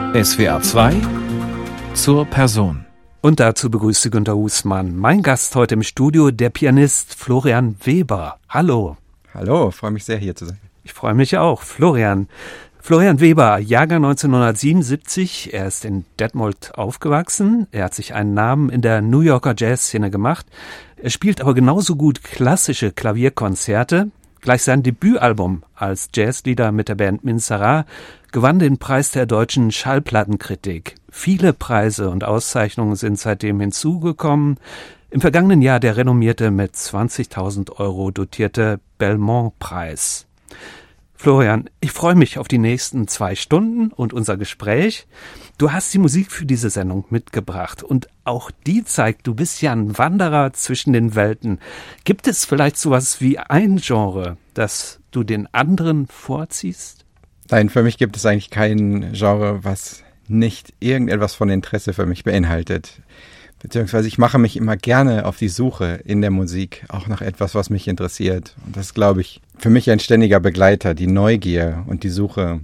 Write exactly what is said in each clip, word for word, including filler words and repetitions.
S W R zwei zur Person. Und dazu begrüßte Günter Husmann. Mein Gast heute im Studio, der Pianist Florian Weber. Hallo. Hallo, freue mich sehr, hier zu sein. Ich freue mich auch. Florian. Florian Weber, Jahrgang neunzehnhundertsiebenundsiebzig. Er ist in Detmold aufgewachsen. Er hat sich einen Namen in der New Yorker Jazzszene gemacht. Er spielt aber genauso gut klassische Klavierkonzerte. Gleich sein Debütalbum als Jazzleader mit der Band Minsara gewann den Preis der deutschen Schallplattenkritik. Viele Preise und Auszeichnungen sind seitdem hinzugekommen. Im vergangenen Jahr der renommierte mit zwanzigtausend Euro dotierte Belmont-Preis. Florian, ich freue mich auf die nächsten zwei Stunden und unser Gespräch. Du hast die Musik für diese Sendung mitgebracht und auch die zeigt, du bist ja ein Wanderer zwischen den Welten. Gibt es vielleicht sowas wie ein Genre, das du den anderen vorziehst? Nein, für mich gibt es eigentlich kein Genre, was nicht irgendetwas von Interesse für mich beinhaltet. Beziehungsweise ich mache mich immer gerne auf die Suche in der Musik, auch nach etwas, was mich interessiert. Und das ist, glaube ich, für mich ein ständiger Begleiter, die Neugier und die Suche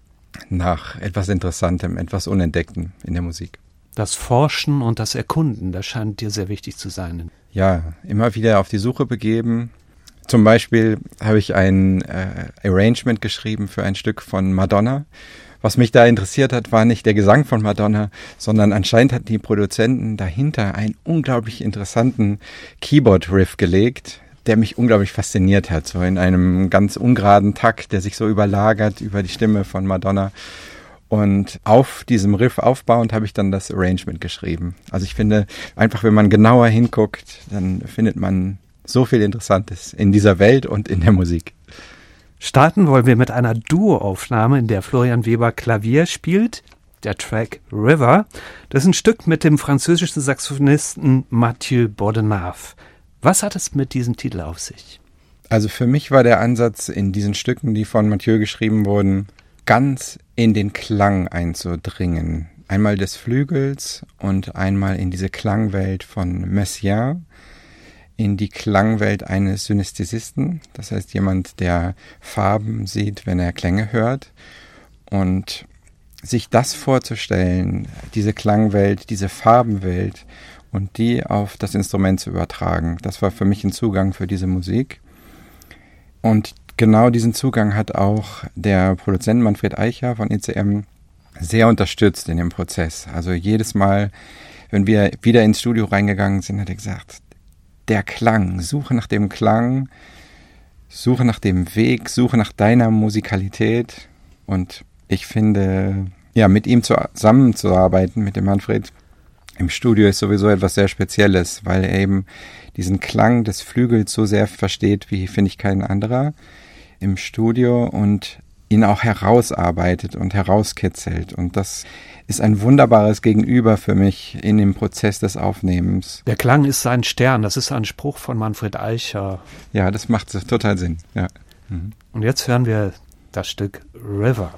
nach etwas Interessantem, etwas Unentdecktem in der Musik. Das Forschen und das Erkunden, das scheint dir sehr wichtig zu sein. Ja, immer wieder auf die Suche begeben. Zum Beispiel habe ich ein äh, Arrangement geschrieben für ein Stück von Madonna. Was mich da interessiert hat, war nicht der Gesang von Madonna, sondern anscheinend hatten die Produzenten dahinter einen unglaublich interessanten Keyboard-Riff gelegt, der mich unglaublich fasziniert hat. So in einem ganz ungeraden Takt, der sich so überlagert über die Stimme von Madonna. Und auf diesem Riff aufbauend habe ich dann das Arrangement geschrieben. Also ich finde, einfach wenn man genauer hinguckt, dann findet man so viel Interessantes in dieser Welt und in der Musik. Starten wollen wir mit einer Duo-Aufnahme, in der Florian Weber Klavier spielt, der Track River. Das ist ein Stück mit dem französischen Saxophonisten Mathieu Bordenave. Was hat es mit diesem Titel auf sich? Also für mich war der Ansatz in diesen Stücken, die von Mathieu geschrieben wurden, ganz in den Klang einzudringen. Einmal des Flügels und einmal in diese Klangwelt von Messiaen, in die Klangwelt eines Synästhesisten, das heißt jemand, der Farben sieht, wenn er Klänge hört. Und sich das vorzustellen, diese Klangwelt, diese Farbenwelt und die auf das Instrument zu übertragen, das war für mich ein Zugang für diese Musik. Und genau diesen Zugang hat auch der Produzent Manfred Eicher von E C M sehr unterstützt in dem Prozess. Also jedes Mal, wenn wir wieder ins Studio reingegangen sind, hat er gesagt, der Klang, suche nach dem Klang, suche nach dem Weg, suche nach deiner Musikalität. Und ich finde, ja, mit ihm zusammenzuarbeiten, mit dem Manfred im Studio ist sowieso etwas sehr Spezielles, weil er eben diesen Klang des Flügels so sehr versteht, wie, finde ich, kein anderer im Studio und ihn auch herausarbeitet und herauskitzelt. Und das ist ein wunderbares Gegenüber für mich in dem Prozess des Aufnehmens. Der Klang ist sein Stern, das ist ein Spruch von Manfred Eicher. Ja, das macht total Sinn. Ja. Mhm. Und jetzt hören wir das Stück River.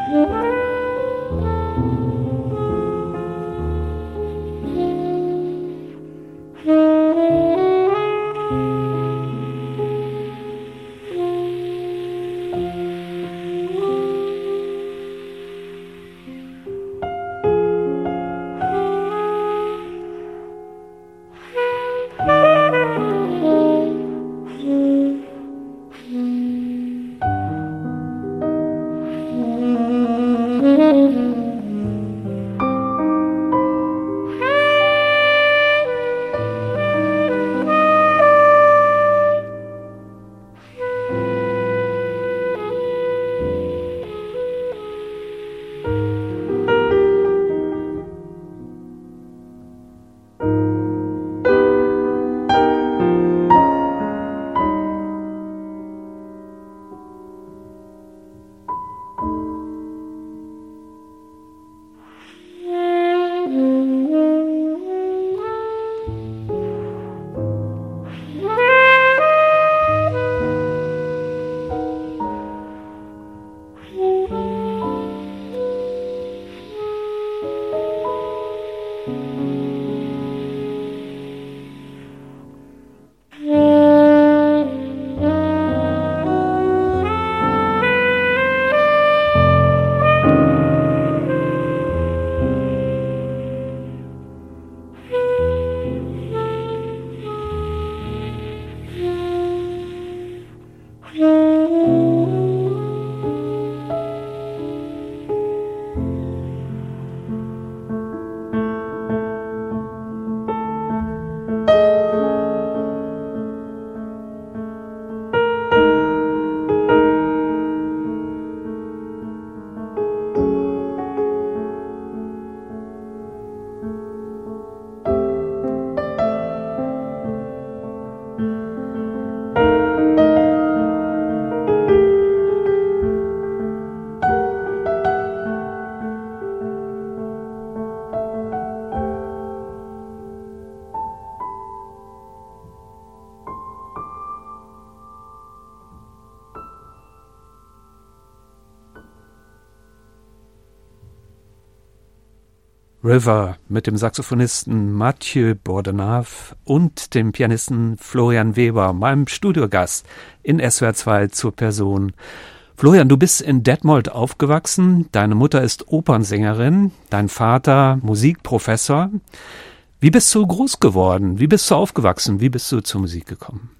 River mit dem Saxophonisten Mathieu Bordenave und dem Pianisten Florian Weber, meinem Studiogast in S W R zwei zur Person. Florian, du bist in Detmold aufgewachsen, deine Mutter ist Opernsängerin, dein Vater Musikprofessor. Wie bist du groß geworden? Wie bist du aufgewachsen? Wie bist du zur Musik gekommen?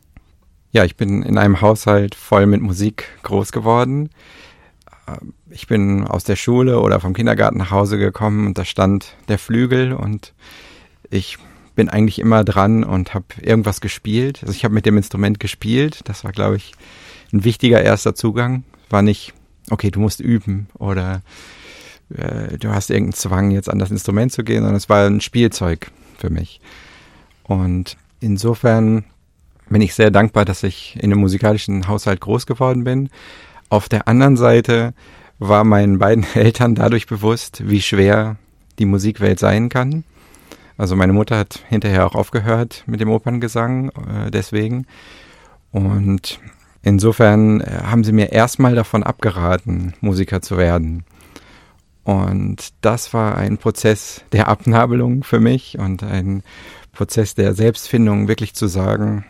Ja, ich bin in einem Haushalt voll mit Musik groß geworden. Ich bin aus der Schule oder vom Kindergarten nach Hause gekommen und da stand der Flügel und ich bin eigentlich immer dran und habe irgendwas gespielt. Also ich habe mit dem Instrument gespielt. Das war, glaube ich, ein wichtiger erster Zugang. War nicht, okay, du musst üben oder äh, du hast irgendeinen Zwang, jetzt an das Instrument zu gehen, sondern es war ein Spielzeug für mich. Und insofern bin ich sehr dankbar, dass ich in einem musikalischen Haushalt groß geworden bin. Auf der anderen Seite war meinen beiden Eltern dadurch bewusst, wie schwer die Musikwelt sein kann. Also meine Mutter hat hinterher auch aufgehört mit dem Operngesang, äh, deswegen. Und insofern äh, haben sie mir erstmal davon abgeraten, Musiker zu werden. Und das war ein Prozess der Abnabelung für mich und ein Prozess der Selbstfindung, wirklich zu sagen,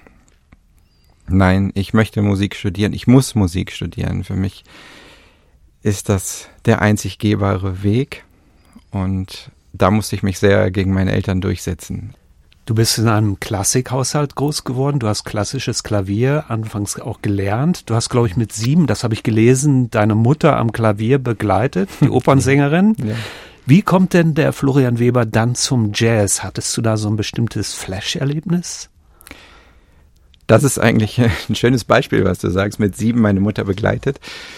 nein, ich möchte Musik studieren, ich muss Musik studieren. Für mich ist das der einzig gehbare Weg und da musste ich mich sehr gegen meine Eltern durchsetzen. Du bist in einem Klassikhaushalt groß geworden, du hast klassisches Klavier anfangs auch gelernt. Du hast, glaube ich, mit sieben, das habe ich gelesen, deine Mutter am Klavier begleitet, die Opernsängerin. Ja. Wie kommt denn der Florian Weber dann zum Jazz? Hattest du da so ein bestimmtes Flash-Erlebnis? Das ist eigentlich ein schönes Beispiel, was du sagst, mit sieben meine Mutter begleitet.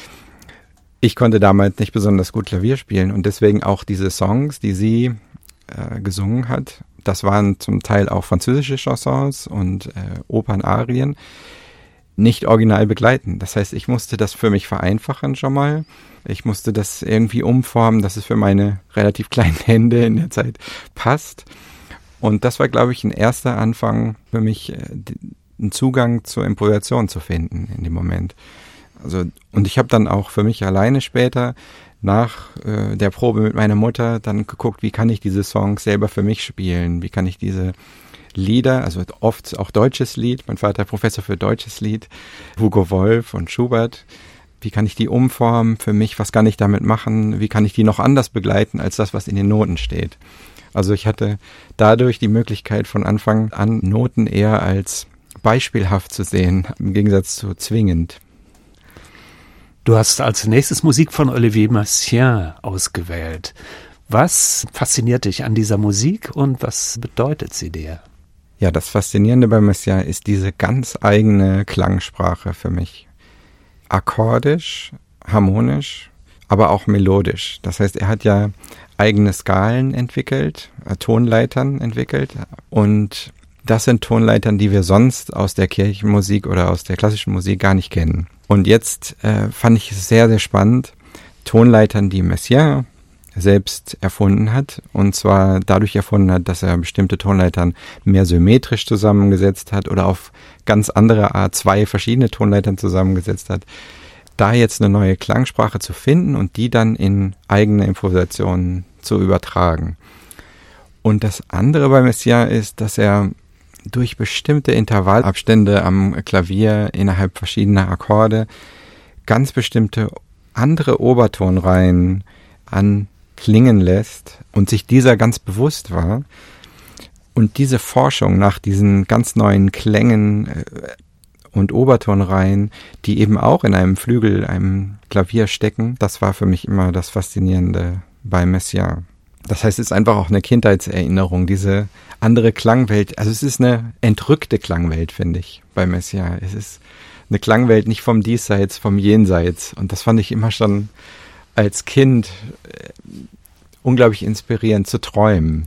Ich konnte damals nicht besonders gut Klavier spielen und deswegen auch diese Songs, die sie äh, gesungen hat, das waren zum Teil auch französische Chansons und äh, Opernarien, nicht original begleiten. Das heißt, ich musste das für mich vereinfachen schon mal. Ich musste das irgendwie umformen, dass es für meine relativ kleinen Hände in der Zeit passt. Und das war, glaube ich, ein erster Anfang für mich, äh, die, einen Zugang zur Improvisation zu finden in dem Moment. Also und ich habe dann auch für mich alleine später nach äh, der Probe mit meiner Mutter dann geguckt, wie kann ich diese Songs selber für mich spielen, wie kann ich diese Lieder, also oft auch deutsches Lied, mein Vater Professor für deutsches Lied, Hugo Wolf und Schubert, wie kann ich die umformen für mich, was kann ich damit machen, wie kann ich die noch anders begleiten als das, was in den Noten steht. Also ich hatte dadurch die Möglichkeit von Anfang an Noten eher als beispielhaft zu sehen, im Gegensatz zu zwingend. Du hast als nächstes Musik von Olivier Messiaen ausgewählt. Was fasziniert dich an dieser Musik und was bedeutet sie dir? Ja, das Faszinierende bei Messiaen ist diese ganz eigene Klangsprache für mich. Akkordisch, harmonisch, aber auch melodisch. Das heißt, er hat ja eigene Skalen entwickelt, äh, Tonleitern entwickelt und das sind Tonleitern, die wir sonst aus der Kirchenmusik oder aus der klassischen Musik gar nicht kennen. Und jetzt äh, fand ich es sehr, sehr spannend, Tonleitern, die Messiaen selbst erfunden hat, und zwar dadurch erfunden hat, dass er bestimmte Tonleitern mehr symmetrisch zusammengesetzt hat oder auf ganz andere Art zwei verschiedene Tonleitern zusammengesetzt hat, da jetzt eine neue Klangsprache zu finden und die dann in eigene Improvisationen zu übertragen. Und das andere bei Messiaen ist, dass er durch bestimmte Intervallabstände am Klavier innerhalb verschiedener Akkorde ganz bestimmte andere Obertonreihen anklingen lässt und sich dieser ganz bewusst war. Und diese Forschung nach diesen ganz neuen Klängen und Obertonreihen, die eben auch in einem Flügel, einem Klavier stecken, das war für mich immer das Faszinierende bei Messiaen. Das heißt, es ist einfach auch eine Kindheitserinnerung, diese andere Klangwelt. Also es ist eine entrückte Klangwelt, finde ich, bei Messiaen. Es ist eine Klangwelt nicht vom Diesseits, vom Jenseits. Und das fand ich immer schon als Kind äh, unglaublich inspirierend zu träumen.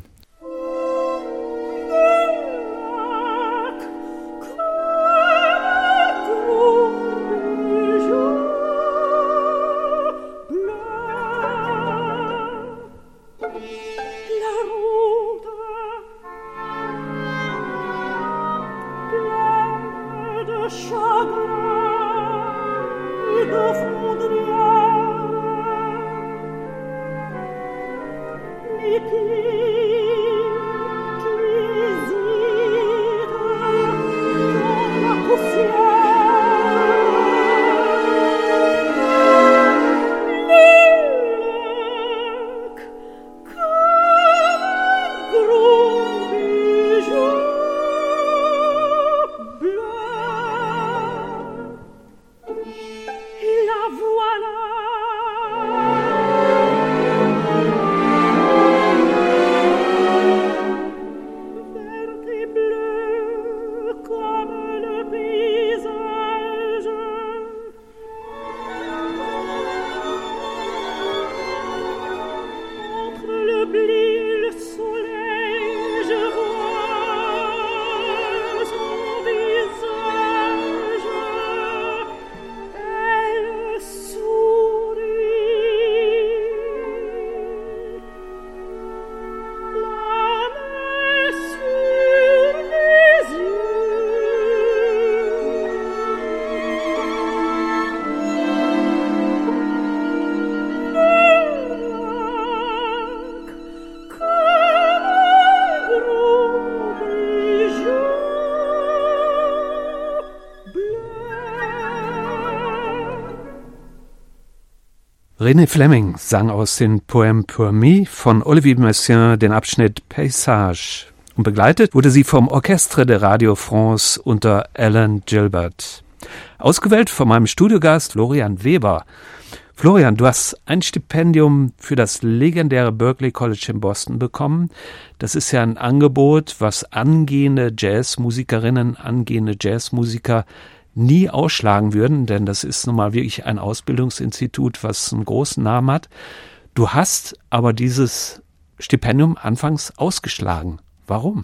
René Fleming sang aus den Poèmes pour me von Olivier Messiaen den Abschnitt Paysage. Und begleitet wurde sie vom Orchestre de Radio France unter Alan Gilbert. Ausgewählt von meinem Studiogast Florian Weber. Florian, du hast ein Stipendium für das legendäre Berklee College in Boston bekommen. Das ist ja ein Angebot, was angehende Jazzmusikerinnen, angehende Jazzmusiker nie ausschlagen würden, denn das ist nun mal wirklich ein Ausbildungsinstitut, was einen großen Namen hat. Du hast aber dieses Stipendium anfangs ausgeschlagen. Warum?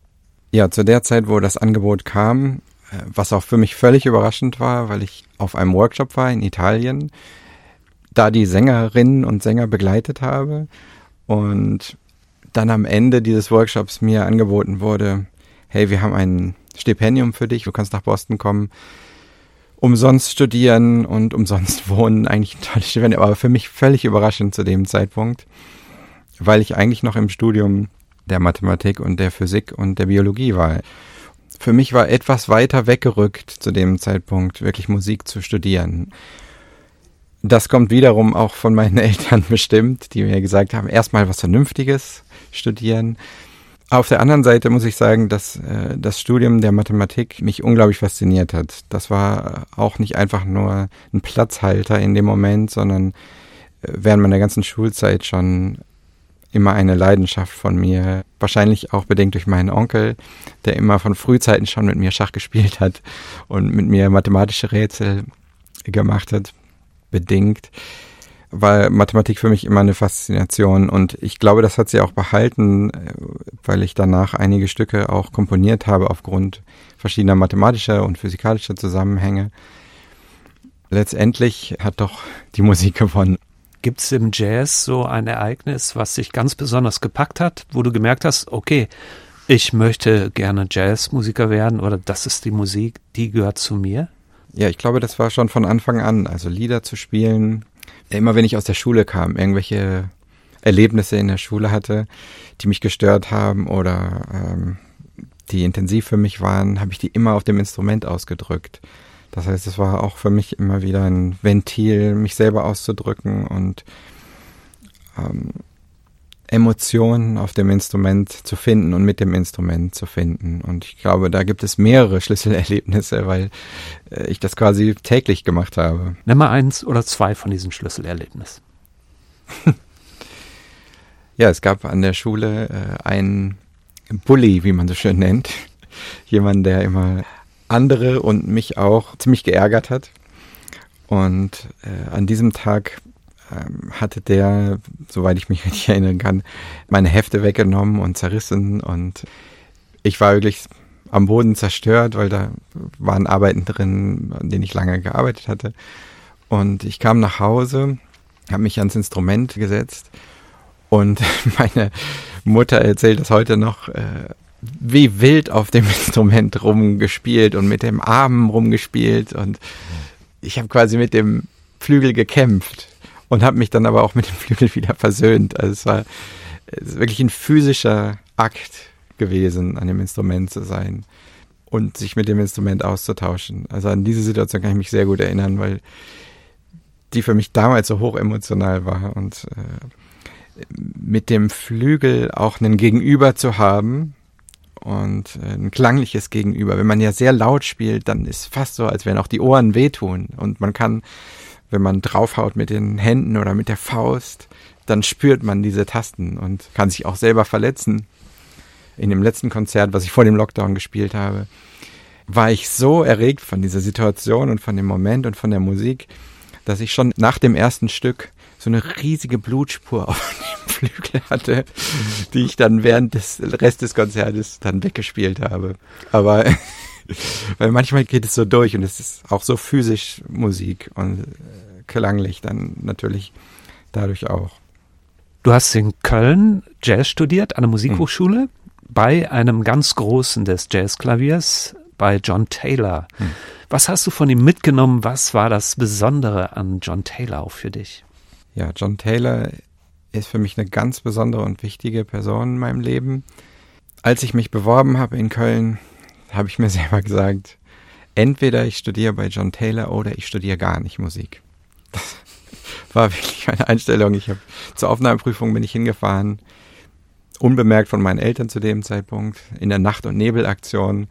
Ja, zu der Zeit, wo das Angebot kam, was auch für mich völlig überraschend war, weil ich auf einem Workshop war in Italien, da die Sängerinnen und Sänger begleitet habe und dann am Ende dieses Workshops mir angeboten wurde, hey, wir haben ein Stipendium für dich, du kannst nach Boston kommen umsonst studieren und umsonst wohnen, eigentlich ein tolles Stipendium, aber für mich völlig überraschend zu dem Zeitpunkt, weil ich eigentlich noch im Studium der Mathematik und der Physik und der Biologie war. Für mich war etwas weiter weggerückt zu dem Zeitpunkt, wirklich Musik zu studieren. Das kommt wiederum auch von meinen Eltern bestimmt, die mir gesagt haben, erstmal was Vernünftiges studieren. Auf der anderen Seite muss ich sagen, dass äh, das Studium der Mathematik mich unglaublich fasziniert hat. Das war auch nicht einfach nur ein Platzhalter in dem Moment, sondern äh, während meiner ganzen Schulzeit schon immer eine Leidenschaft von mir, wahrscheinlich auch bedingt durch meinen Onkel, der immer von Frühzeiten schon mit mir Schach gespielt hat und mit mir mathematische Rätsel gemacht hat, bedingt, war Mathematik für mich immer eine Faszination und ich glaube, das hat sie auch behalten, weil ich danach einige Stücke auch komponiert habe aufgrund verschiedener mathematischer und physikalischer Zusammenhänge. Letztendlich hat doch die Musik gewonnen. Gibt es im Jazz so ein Ereignis, was dich ganz besonders gepackt hat, wo du gemerkt hast, okay, ich möchte gerne Jazzmusiker werden oder das ist die Musik, die gehört zu mir? Ja, ich glaube, das war schon von Anfang an, also Lieder zu spielen. Immer wenn ich aus der Schule kam, irgendwelche Erlebnisse in der Schule hatte, die mich gestört haben oder ähm, die intensiv für mich waren, habe ich die immer auf dem Instrument ausgedrückt. Das heißt, es war auch für mich immer wieder ein Ventil, mich selber auszudrücken und ähm, Emotionen auf dem Instrument zu finden und mit dem Instrument zu finden. Und ich glaube, da gibt es mehrere Schlüsselerlebnisse, weil äh, ich das quasi täglich gemacht habe. Nimm mal eins oder zwei von diesen Schlüsselerlebnissen. Ja, es gab an der Schule äh, einen Bully, wie man so schön nennt. Jemand, der immer andere und mich auch ziemlich geärgert hat. Und äh, an diesem Tag ähm, hatte der, soweit ich mich richtig erinnern kann, meine Hefte weggenommen und zerrissen. Und ich war wirklich am Boden zerstört, weil da waren Arbeiten drin, an denen ich lange gearbeitet hatte. Und ich kam nach Hause, habe mich ans Instrument gesetzt und meine Mutter erzählt das heute noch, äh, wie wild auf dem Instrument rumgespielt und mit dem Arm rumgespielt und ich habe quasi mit dem Flügel gekämpft und habe mich dann aber auch mit dem Flügel wieder versöhnt. Also es war es ist wirklich ein physischer Akt gewesen, an dem Instrument zu sein und sich mit dem Instrument auszutauschen. Also an diese Situation kann ich mich sehr gut erinnern, weil die für mich damals so hoch emotional war und äh, mit dem Flügel auch einen Gegenüber zu haben, und ein klangliches Gegenüber. Wenn man ja sehr laut spielt, dann ist fast so, als wenn auch die Ohren wehtun. Und man kann, wenn man draufhaut mit den Händen oder mit der Faust, dann spürt man diese Tasten und kann sich auch selber verletzen. In dem letzten Konzert, was ich vor dem Lockdown gespielt habe, war ich so erregt von dieser Situation und von dem Moment und von der Musik, dass ich schon nach dem ersten Stück so eine riesige Blutspur auf dem Flügel hatte, die ich dann während des Rest des Konzertes dann weggespielt habe. Aber weil manchmal geht es so durch und es ist auch so physisch Musik und klanglich dann natürlich dadurch auch. Du hast in Köln Jazz studiert, an der Musikhochschule, hm. bei einem ganz Großen des Jazzklaviers, bei John Taylor. Hm. Was hast du von ihm mitgenommen? Was war das Besondere an John Taylor auch für dich? Ja, John Taylor ist für mich eine ganz besondere und wichtige Person in meinem Leben. Als ich mich beworben habe in Köln, habe ich mir selber gesagt, entweder ich studiere bei John Taylor oder ich studiere gar nicht Musik. Das war wirklich meine Einstellung. Ich habe zur Aufnahmeprüfung bin ich hingefahren, unbemerkt von meinen Eltern zu dem Zeitpunkt, in der Nacht- und Nebelaktion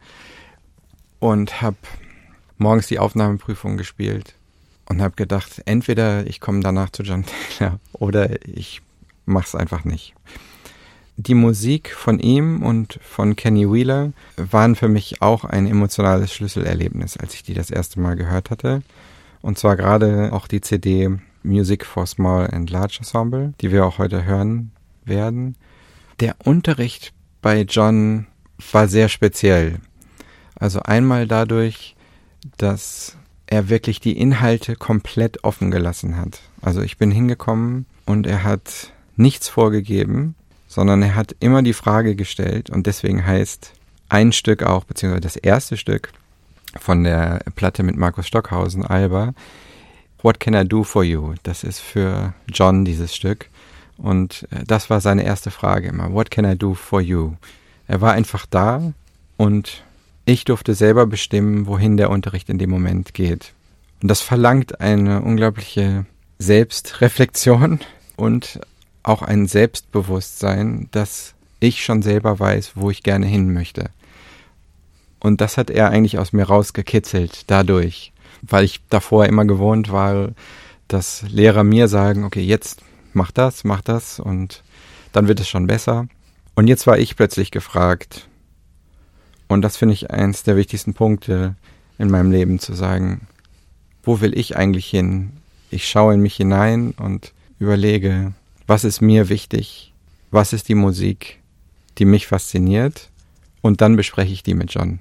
und habe morgens die Aufnahmeprüfung gespielt. Und habe gedacht, entweder ich komme danach zu John Taylor oder ich mache es einfach nicht. Die Musik von ihm und von Kenny Wheeler waren für mich auch ein emotionales Schlüsselerlebnis, als ich die das erste Mal gehört hatte. Und zwar gerade auch die C D Music for Small and Large Ensemble, die wir auch heute hören werden. Der Unterricht bei John war sehr speziell. Also einmal dadurch, dass er wirklich die Inhalte komplett offen gelassen hat. Also ich bin hingekommen und er hat nichts vorgegeben, sondern er hat immer die Frage gestellt und deswegen heißt ein Stück auch, beziehungsweise das erste Stück, von der Platte mit Markus Stockhausen, Alba. What Can I Do For You? Das ist für John dieses Stück. Und das war seine erste Frage immer. What can I do for you? Er war einfach da und ich durfte selber bestimmen, wohin der Unterricht in dem Moment geht. Und das verlangt eine unglaubliche Selbstreflexion und auch ein Selbstbewusstsein, dass ich schon selber weiß, wo ich gerne hin möchte. Und das hat er eigentlich aus mir rausgekitzelt dadurch, weil ich davor immer gewohnt war, dass Lehrer mir sagen, okay, jetzt mach das, mach das und dann wird es schon besser. Und jetzt war ich plötzlich gefragt. Und das finde ich eins der wichtigsten Punkte in meinem Leben, zu sagen, wo will ich eigentlich hin? Ich schaue in mich hinein und überlege, was ist mir wichtig? Was ist die Musik, die mich fasziniert? Und dann bespreche ich die mit John.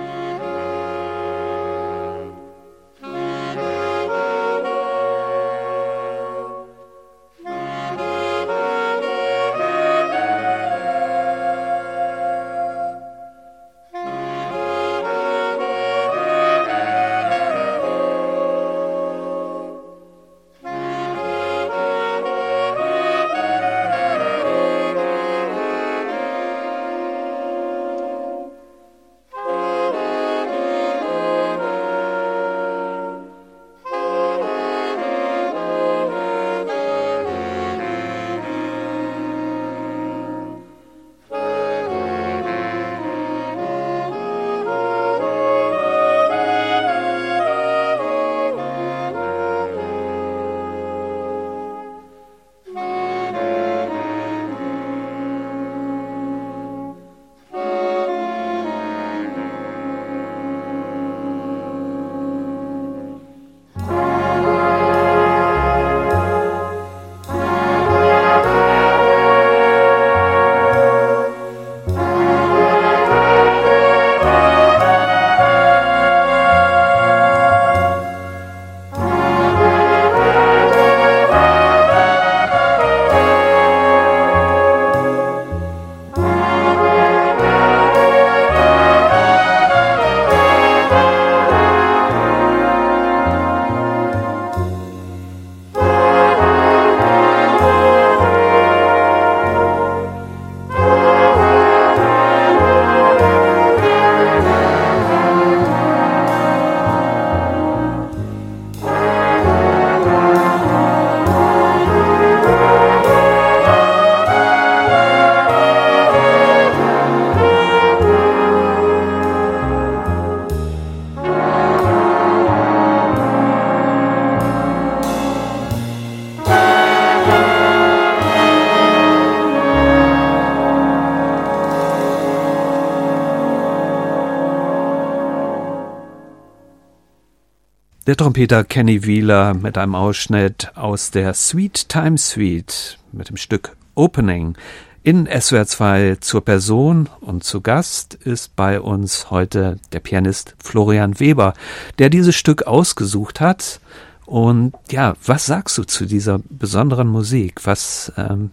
Der Trompeter Kenny Wheeler mit einem Ausschnitt aus der Sweet Time Suite mit dem Stück Opening in S W R zwei zur Person, und zu Gast ist bei uns heute der Pianist Florian Weber, der dieses Stück ausgesucht hat. Und ja, was sagst du zu dieser besonderen Musik? Was ähm,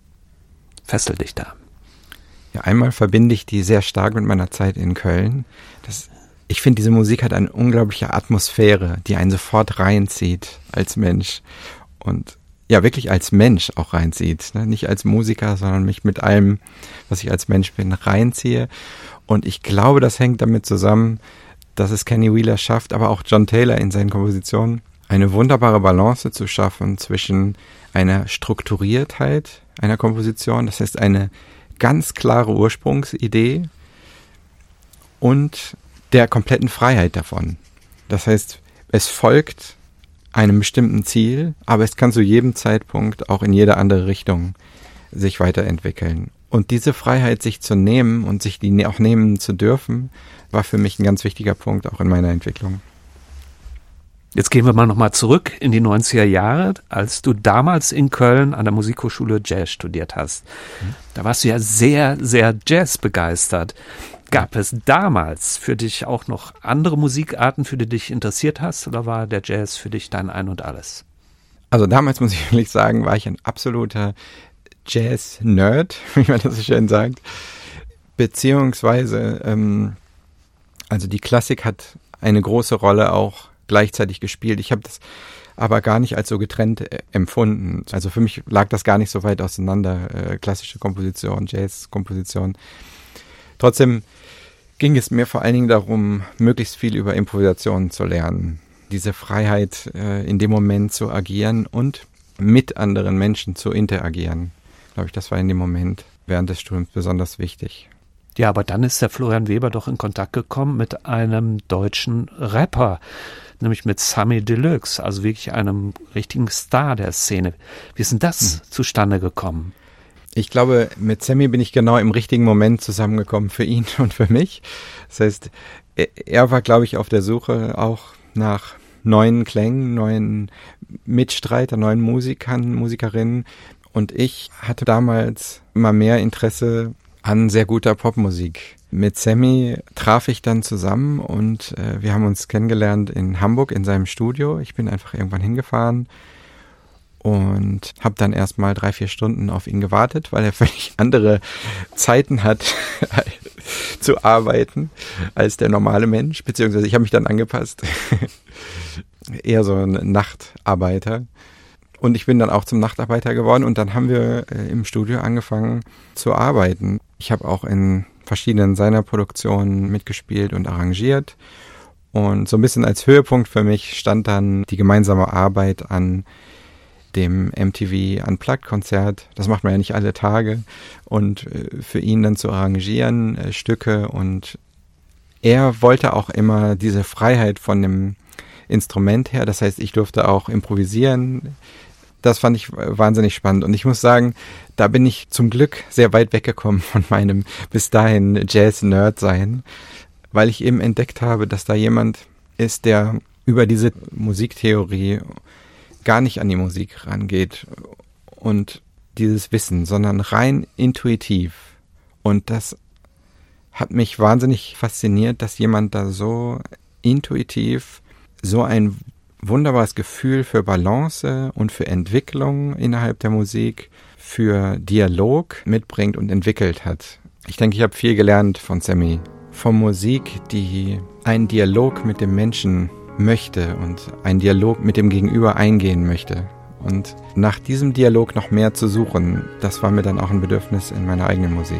fesselt dich da? Ja, einmal verbinde ich die sehr stark mit meiner Zeit in Köln. Das Ich finde, diese Musik hat eine unglaubliche Atmosphäre, die einen sofort reinzieht als Mensch. Und ja, wirklich als Mensch auch reinzieht. Ne? Nicht als Musiker, sondern mich mit allem, was ich als Mensch bin, reinziehe. Und ich glaube, das hängt damit zusammen, dass es Kenny Wheeler schafft, aber auch John Taylor in seinen Kompositionen, eine wunderbare Balance zu schaffen zwischen einer Strukturiertheit einer Komposition, das heißt eine ganz klare Ursprungsidee, und der kompletten Freiheit davon. Das heißt, es folgt einem bestimmten Ziel, aber es kann zu jedem Zeitpunkt auch in jede andere Richtung sich weiterentwickeln. Und diese Freiheit, sich zu nehmen und sich die auch nehmen zu dürfen, war für mich ein ganz wichtiger Punkt auch in meiner Entwicklung. Jetzt gehen wir mal nochmal zurück in die neunziger Jahre, als du damals in Köln an der Musikhochschule Jazz studiert hast. Mhm. Da warst du ja sehr, sehr Jazz begeistert. Gab es damals für dich auch noch andere Musikarten, für die dich interessiert hast, oder war der Jazz für dich dein Ein und Alles? Also damals, muss ich ehrlich sagen, war ich ein absoluter Jazz-Nerd, wie man das so schön sagt. Beziehungsweise, ähm, also die Klassik hat eine große Rolle auch gleichzeitig gespielt. Ich habe das aber gar nicht als so getrennt äh, empfunden. Also für mich lag das gar nicht so weit auseinander, äh, klassische Komposition, Jazz-Komposition. Trotzdem ging es mir vor allen Dingen darum, möglichst viel über Improvisation zu lernen. Diese Freiheit, äh, in dem Moment zu agieren und mit anderen Menschen zu interagieren. Glaube ich, das war in dem Moment während des Studiums besonders wichtig. Ja, aber dann ist der Florian Weber doch in Kontakt gekommen mit einem deutschen Rapper, nämlich mit Samy Deluxe, also wirklich einem richtigen Star der Szene. Wie ist denn das hm. zustande gekommen? Ich glaube, mit Samy bin ich genau im richtigen Moment zusammengekommen für ihn und für mich. Das heißt, er war, glaube ich, auf der Suche auch nach neuen Klängen, neuen Mitstreiter, neuen Musikern, Musikerinnen. Und ich hatte damals immer mehr Interesse an sehr guter Popmusik. Mit Samy traf ich dann zusammen und äh, wir haben uns kennengelernt in Hamburg in seinem Studio. Ich bin einfach irgendwann hingefahren und habe dann erstmal drei, vier Stunden auf ihn gewartet, weil er völlig andere Zeiten hat zu arbeiten als der normale Mensch, beziehungsweise ich habe mich dann angepasst. Eher so ein Nachtarbeiter. Und ich bin dann auch zum Nachtarbeiter geworden und dann haben wir äh, im Studio angefangen zu arbeiten. Ich habe auch in verschiedenen seiner Produktionen mitgespielt und arrangiert. Und so ein bisschen als Höhepunkt für mich stand dann die gemeinsame Arbeit an dem M T V Unplugged-Konzert. Das macht man ja nicht alle Tage. Und äh, für ihn dann zu arrangieren, äh, Stücke. Und er wollte auch immer diese Freiheit von dem Instrument her. Das heißt, ich durfte auch improvisieren. Das fand ich wahnsinnig spannend. Und ich muss sagen, da bin ich zum Glück sehr weit weggekommen von meinem bis dahin Jazz-Nerd-Sein, weil ich eben entdeckt habe, dass da jemand ist, der über diese Musiktheorie gar nicht an die Musik rangeht und dieses Wissen, sondern rein intuitiv. Und das hat mich wahnsinnig fasziniert, dass jemand da so intuitiv so ein wunderbares Gefühl für Balance und für Entwicklung innerhalb der Musik, für Dialog mitbringt und entwickelt hat. Ich denke, ich habe viel gelernt von Samy. Von Musik, die einen Dialog mit dem Menschen möchte und einen Dialog mit dem Gegenüber eingehen möchte. Und nach diesem Dialog noch mehr zu suchen, das war mir dann auch ein Bedürfnis in meiner eigenen Musik.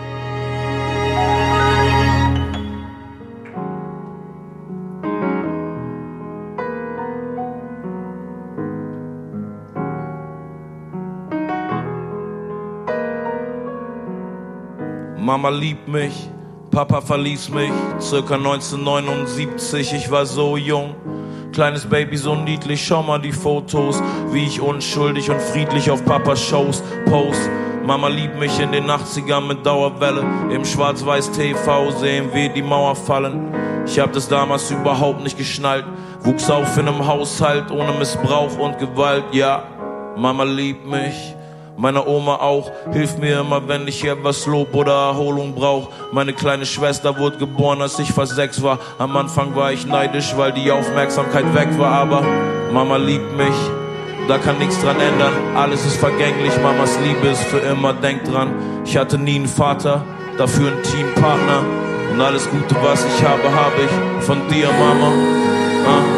Mama liebt mich, Papa verließ mich, circa neunzehnhundertneunundsiebzig, ich war so jung. Kleines Baby, so niedlich, schau mal die Fotos, wie ich unschuldig und friedlich auf Papas Shows post. Mama liebt mich in den achtzigern mit Dauerwelle, im Schwarz-Weiß-T V sehen wir die Mauer fallen. Ich hab das damals überhaupt nicht geschnallt, wuchs auf in einem Haushalt ohne Missbrauch und Gewalt, ja, Mama liebt mich. Meine Oma auch, hilft mir immer, wenn ich etwas Lob oder Erholung brauch. Meine kleine Schwester wurde geboren, als ich fast sechs war. Am Anfang war ich neidisch, weil die Aufmerksamkeit weg war. Aber Mama liebt mich, da kann nichts dran ändern. Alles ist vergänglich, Mamas Liebe ist für immer, denk dran. Ich hatte nie einen Vater, dafür einen Teampartner. Und alles Gute, was ich habe, habe ich von dir, Mama. Ah.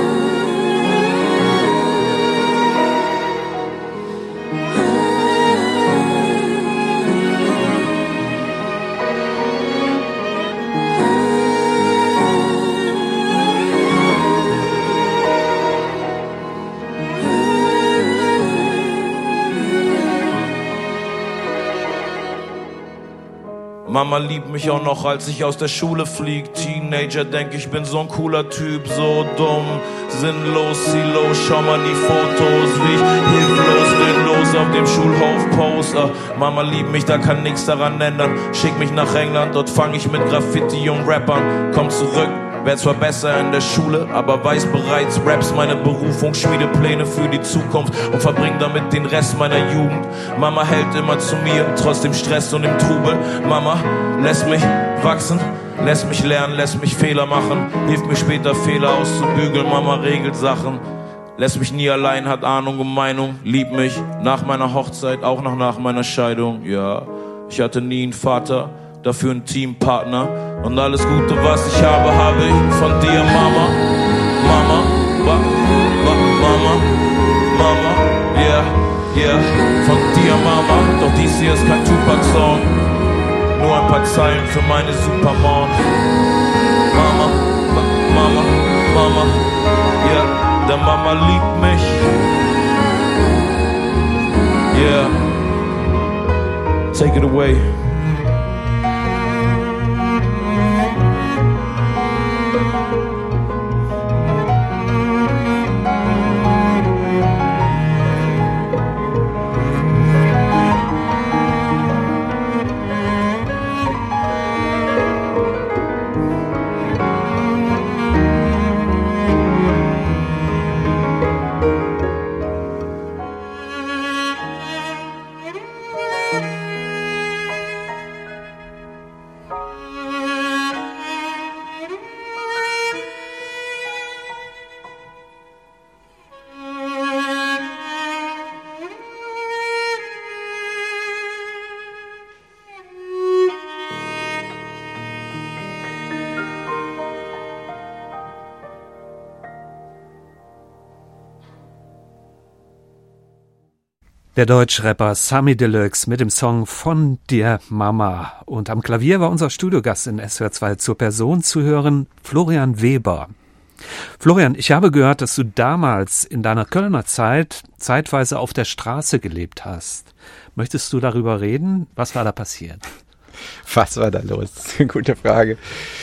Mama liebt mich auch noch, als ich aus der Schule flieg. Teenager, denk ich bin so ein cooler Typ, so dumm, sinnlos, ziellos. Schau mal die Fotos, wie ich hilflos, sinnlos auf dem Schulhof pose. Uh, Mama liebt mich, da kann nichts daran ändern. Schick mich nach England, dort fang ich mit Graffiti und Rappern. Komm zurück, wär zwar besser in der Schule, aber weiß bereits, Raps meine Berufung, schmiede Pläne für die Zukunft und verbring damit den Rest meiner Jugend. Mama hält immer zu mir, trotz dem Stress und dem Trubel. Mama lässt mich wachsen, lässt mich lernen, lässt mich Fehler machen, hilft mir später Fehler auszubügeln. Mama regelt Sachen, lässt mich nie allein, hat Ahnung und Meinung, liebt mich nach meiner Hochzeit, auch noch nach meiner Scheidung. Ja, ich hatte nie einen Vater, dafür ein Teampartner. Und alles Gute, was ich habe, habe ich von dir, Mama. Mama, ba, ba, Mama, Mama, yeah, yeah, von dir, Mama. Doch dies hier ist kein Tupac-Song, nur ein paar Zeilen für meine Supermom. Mama, ba, Mama, Mama, yeah, der Mama liebt mich. Yeah, take it away. Der Deutschrapper Samy Deluxe mit dem Song Von dir Mama. Und am Klavier war unser Studiogast in S W R zwei zur Person zu hören, Florian Weber. Florian, ich habe gehört, dass du damals in deiner Kölner Zeit zeitweise auf der Straße gelebt hast. Möchtest du darüber reden? Was war da passiert? Was war da los? Das ist eine gute Frage.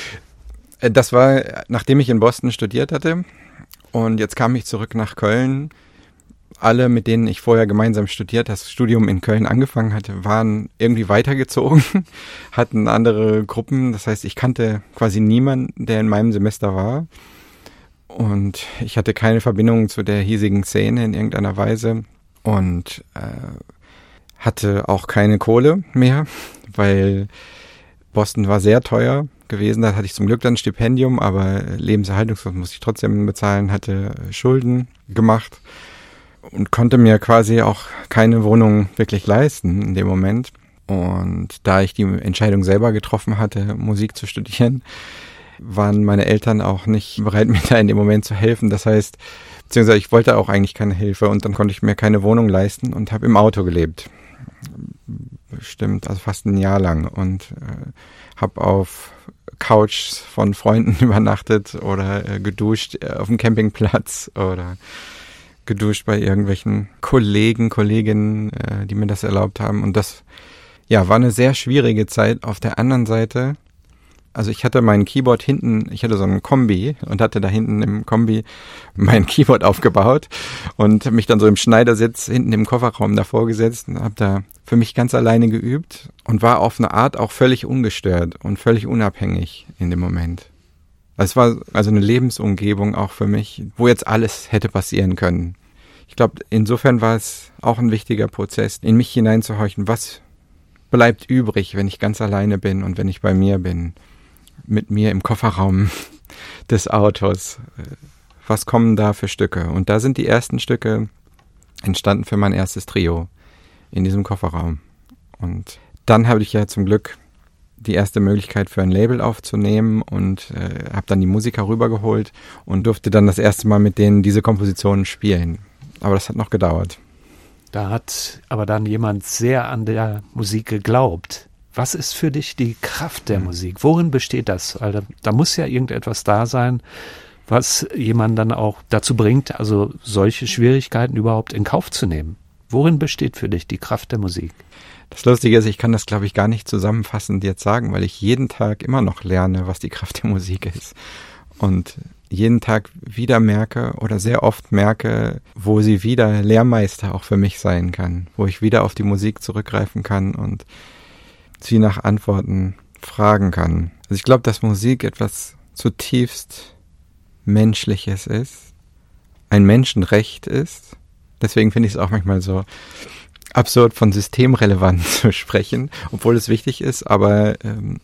Das war, nachdem ich in Boston studiert hatte und jetzt kam ich zurück nach Köln. Alle, mit denen ich vorher gemeinsam studiert, das Studium in Köln angefangen hatte, waren irgendwie weitergezogen, hatten andere Gruppen. Das heißt, ich kannte quasi niemanden, der in meinem Semester war. Und ich hatte keine Verbindung zu der hiesigen Szene in irgendeiner Weise und äh, hatte auch keine Kohle mehr, weil Boston war sehr teuer gewesen. Da hatte ich zum Glück dann ein Stipendium, aber Lebenserhaltungskosten musste ich trotzdem bezahlen, hatte Schulden gemacht. Und konnte mir quasi auch keine Wohnung wirklich leisten in dem Moment. Und da ich die Entscheidung selber getroffen hatte, Musik zu studieren, waren meine Eltern auch nicht bereit, mir da in dem Moment zu helfen. Das heißt, beziehungsweise ich wollte auch eigentlich keine Hilfe und dann konnte ich mir keine Wohnung leisten und habe im Auto gelebt. Bestimmt, also fast ein Jahr lang. Und äh, habe auf Couchs von Freunden übernachtet oder äh, geduscht äh, auf dem Campingplatz oder geduscht bei irgendwelchen Kollegen, Kolleginnen, äh, die mir das erlaubt haben. Und das, ja, war eine sehr schwierige Zeit. Auf der anderen Seite, also ich hatte mein Keyboard hinten, ich hatte so einen Kombi und hatte da hinten im Kombi mein Keyboard aufgebaut und mich dann so im Schneidersitz hinten im Kofferraum davor gesetzt und habe da für mich ganz alleine geübt und war auf eine Art auch völlig ungestört und völlig unabhängig in dem Moment. Es war also eine Lebensumgebung auch für mich, wo jetzt alles hätte passieren können. Ich glaube, insofern war es auch ein wichtiger Prozess, in mich hineinzuhorchen, was bleibt übrig, wenn ich ganz alleine bin und wenn ich bei mir bin, mit mir im Kofferraum des Autos. Was kommen da für Stücke? Und da sind die ersten Stücke entstanden für mein erstes Trio in diesem Kofferraum. Und dann habe ich ja zum Glück die erste Möglichkeit für ein Label aufzunehmen und äh, habe dann die Musiker rübergeholt und durfte dann das erste Mal mit denen diese Kompositionen spielen. Aber das hat noch gedauert. Da hat aber dann jemand sehr an der Musik geglaubt. Was ist für dich die Kraft der mhm. Musik? Worin besteht das? Also, da muss ja irgendetwas da sein, was jemanden dann auch dazu bringt, also solche Schwierigkeiten überhaupt in Kauf zu nehmen. Worin besteht für dich die Kraft der Musik? Das Lustige ist, ich kann das, glaube ich, gar nicht zusammenfassend jetzt sagen, weil ich jeden Tag immer noch lerne, was die Kraft der Musik ist. Und jeden Tag wieder merke oder sehr oft merke, wo sie wieder Lehrmeister auch für mich sein kann, wo ich wieder auf die Musik zurückgreifen kann und sie nach Antworten fragen kann. Also ich glaube, dass Musik etwas zutiefst Menschliches ist, ein Menschenrecht ist. Deswegen finde ich es auch manchmal so absurd, von systemrelevant zu sprechen, obwohl es wichtig ist, aber ähm,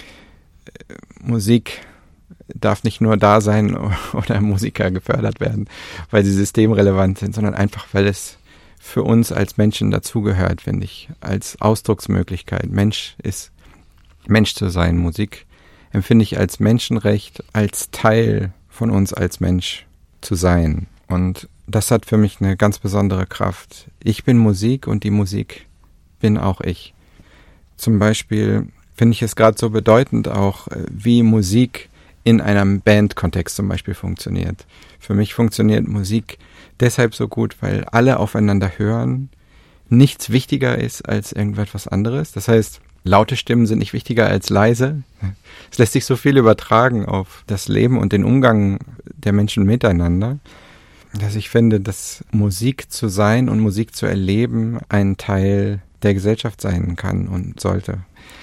Musik darf nicht nur da sein oder Musiker gefördert werden, weil sie systemrelevant sind, sondern einfach, weil es für uns als Menschen dazugehört, finde ich, als Ausdrucksmöglichkeit. Mensch ist Mensch zu sein. Musik empfinde ich als Menschenrecht, als Teil von uns als Mensch zu sein. Und das hat für mich eine ganz besondere Kraft. Ich bin Musik und die Musik bin auch ich. Zum Beispiel finde ich es gerade so bedeutend auch, wie Musik in einem Bandkontext zum Beispiel funktioniert. Für mich funktioniert Musik deshalb so gut, weil alle aufeinander hören. Nichts wichtiger ist als irgendetwas anderes. Das heißt, laute Stimmen sind nicht wichtiger als leise. Es lässt sich so viel übertragen auf das Leben und den Umgang der Menschen miteinander, dass ich finde, dass Musik zu sein und Musik zu erleben ein Teil der Gesellschaft sein kann und sollte.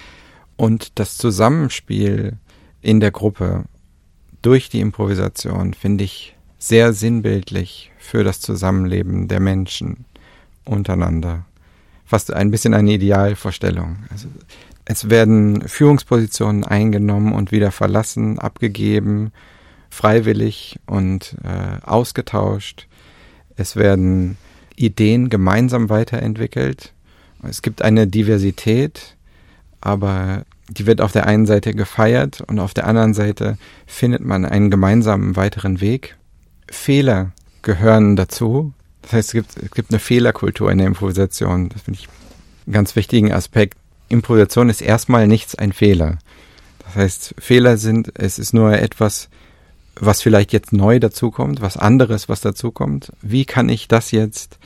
Und das Zusammenspiel in der Gruppe durch die Improvisation finde ich sehr sinnbildlich für das Zusammenleben der Menschen untereinander. Fast ein bisschen eine Idealvorstellung. Also es werden Führungspositionen eingenommen und wieder verlassen, abgegeben, freiwillig und äh, ausgetauscht. Es werden Ideen gemeinsam weiterentwickelt. Es gibt eine Diversität, aber die wird auf der einen Seite gefeiert und auf der anderen Seite findet man einen gemeinsamen weiteren Weg. Fehler gehören dazu. Das heißt, es gibt, es gibt eine Fehlerkultur in der Improvisation. Das finde ich einen ganz wichtigen Aspekt. Improvisation ist erstmal nichts ein Fehler. Das heißt, Fehler sind, es ist nur etwas, was vielleicht jetzt neu dazukommt, was anderes, was dazukommt. Wie kann ich das jetzt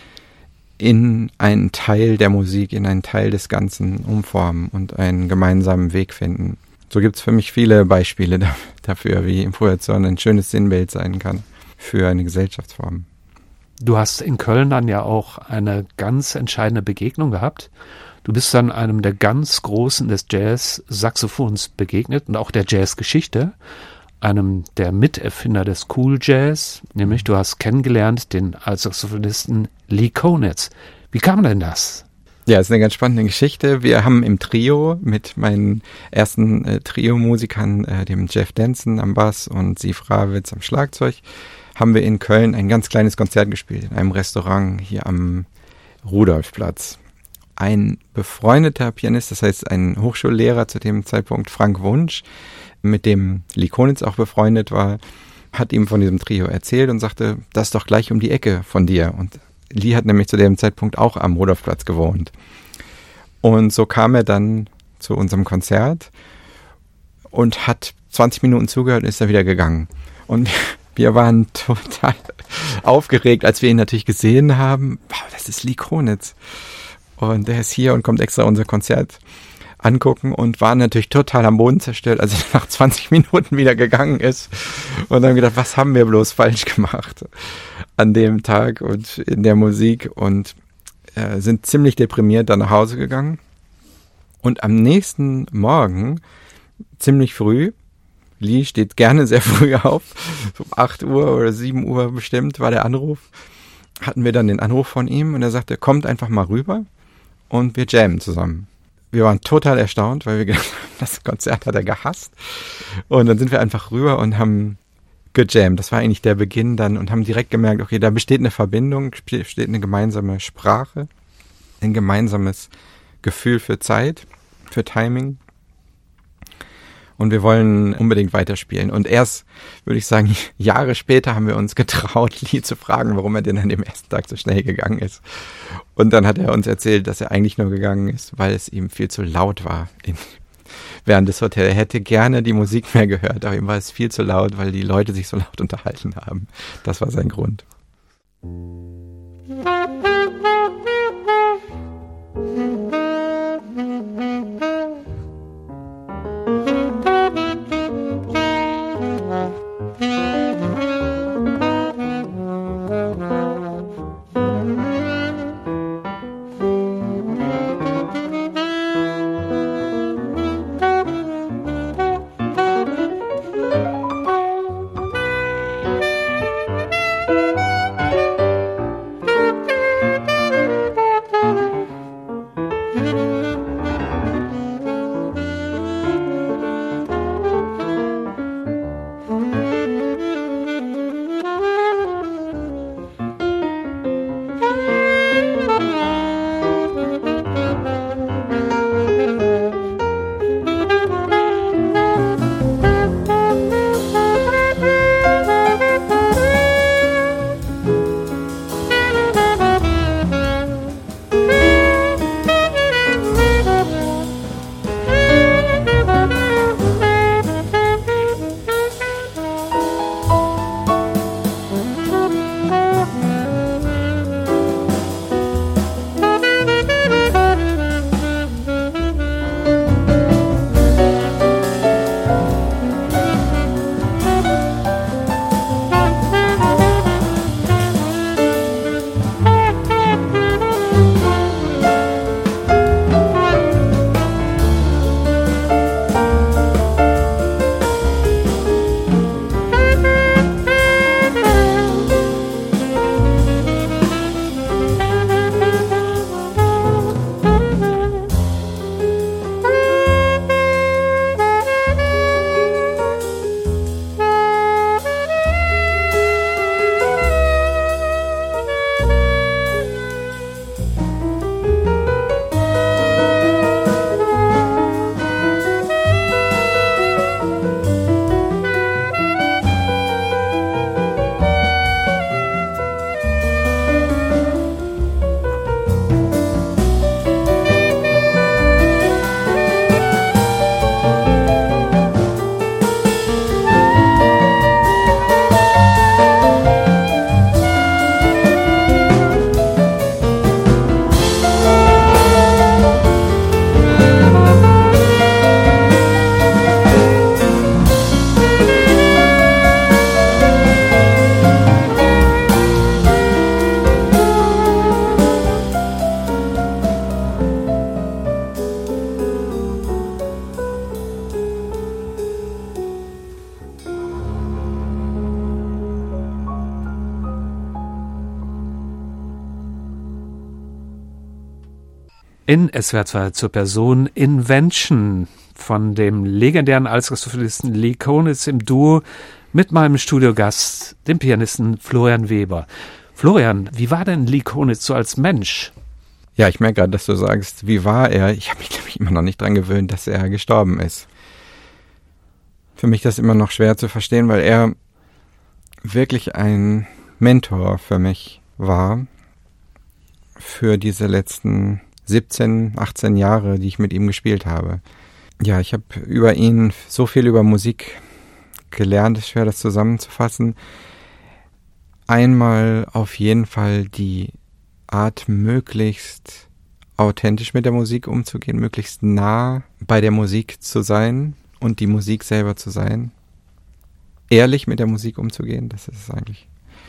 in einen Teil der Musik, in einen Teil des Ganzen umformen und einen gemeinsamen Weg finden? So gibt es für mich viele Beispiele da, dafür, wie Improvisation ein schönes Sinnbild sein kann für eine Gesellschaftsform. Du hast in Köln dann ja auch eine ganz entscheidende Begegnung gehabt. Du bist dann einem der ganz Großen des Jazz-Saxophons begegnet und auch der Jazzgeschichte, einem der Miterfinder des Cool Jazz, nämlich du hast kennengelernt den Altsaxophonisten Lee Konitz. Wie kam denn das? Ja, es ist eine ganz spannende Geschichte. Wir haben im Trio mit meinen ersten äh, Trio-Musikern, äh, dem Jeff Denson am Bass und Siv Rawitz am Schlagzeug, haben wir in Köln ein ganz kleines Konzert gespielt, in einem Restaurant hier am Rudolfplatz. Ein befreundeter Pianist, das heißt ein Hochschullehrer zu dem Zeitpunkt, Frank Wunsch, mit dem Lee Konitz auch befreundet war, hat ihm von diesem Trio erzählt und sagte, das ist doch gleich um die Ecke von dir. Und Lee hat nämlich zu dem Zeitpunkt auch am Rudolfplatz gewohnt. Und so kam er dann zu unserem Konzert und hat zwanzig Minuten zugehört und ist dann wieder gegangen. Und wir waren total aufgeregt, als wir ihn natürlich gesehen haben. Wow, das ist Lee Konitz. Und der ist hier und kommt extra unser Konzert angucken und waren natürlich total am Boden zerstört, als er nach zwanzig Minuten wieder gegangen ist. Und haben gedacht, was haben wir bloß falsch gemacht an dem Tag und in der Musik, und äh, sind ziemlich deprimiert dann nach Hause gegangen. Und am nächsten Morgen, ziemlich früh, Lee steht gerne sehr früh auf, um acht Uhr oder sieben Uhr bestimmt war der Anruf, hatten wir dann den Anruf von ihm und er sagte, kommt einfach mal rüber und wir jammen zusammen. Wir waren total erstaunt, weil wir gedacht haben, das Konzert hat er gehasst. Und dann sind wir einfach rüber und haben gejammt. Das war eigentlich der Beginn dann und haben direkt gemerkt, okay, da besteht eine Verbindung, besteht eine gemeinsame Sprache, ein gemeinsames Gefühl für Zeit, für Timing. Und wir wollen unbedingt weiterspielen. Und erst, würde ich sagen, Jahre später haben wir uns getraut, Lee zu fragen, warum er denn an dem ersten Tag so schnell gegangen ist. Und dann hat er uns erzählt, dass er eigentlich nur gegangen ist, weil es ihm viel zu laut war in, während des Hotels. Er hätte gerne die Musik mehr gehört, aber ihm war es viel zu laut, weil die Leute sich so laut unterhalten haben. Das war sein Grund. In S W R zwei zur Person Invention von dem legendären Altsaxophonisten Lee Konitz im Duo mit meinem Studiogast, dem Pianisten Florian Weber. Florian, wie war denn Lee Konitz so als Mensch? Ja, ich merke gerade, dass du sagst, wie war er? Ich habe mich, glaube ich, immer noch nicht dran gewöhnt, dass er gestorben ist. Für mich das immer noch schwer zu verstehen, weil er wirklich ein Mentor für mich war, für diese letzten siebzehn, achtzehn Jahre, die ich mit ihm gespielt habe. Ja, ich habe über ihn so viel über Musik gelernt, ist schwer das zusammenzufassen. Einmal auf jeden Fall die Art, möglichst authentisch mit der Musik umzugehen, möglichst nah bei der Musik zu sein und die Musik selber zu sein. Ehrlich mit der Musik umzugehen, das ist es eigentlich,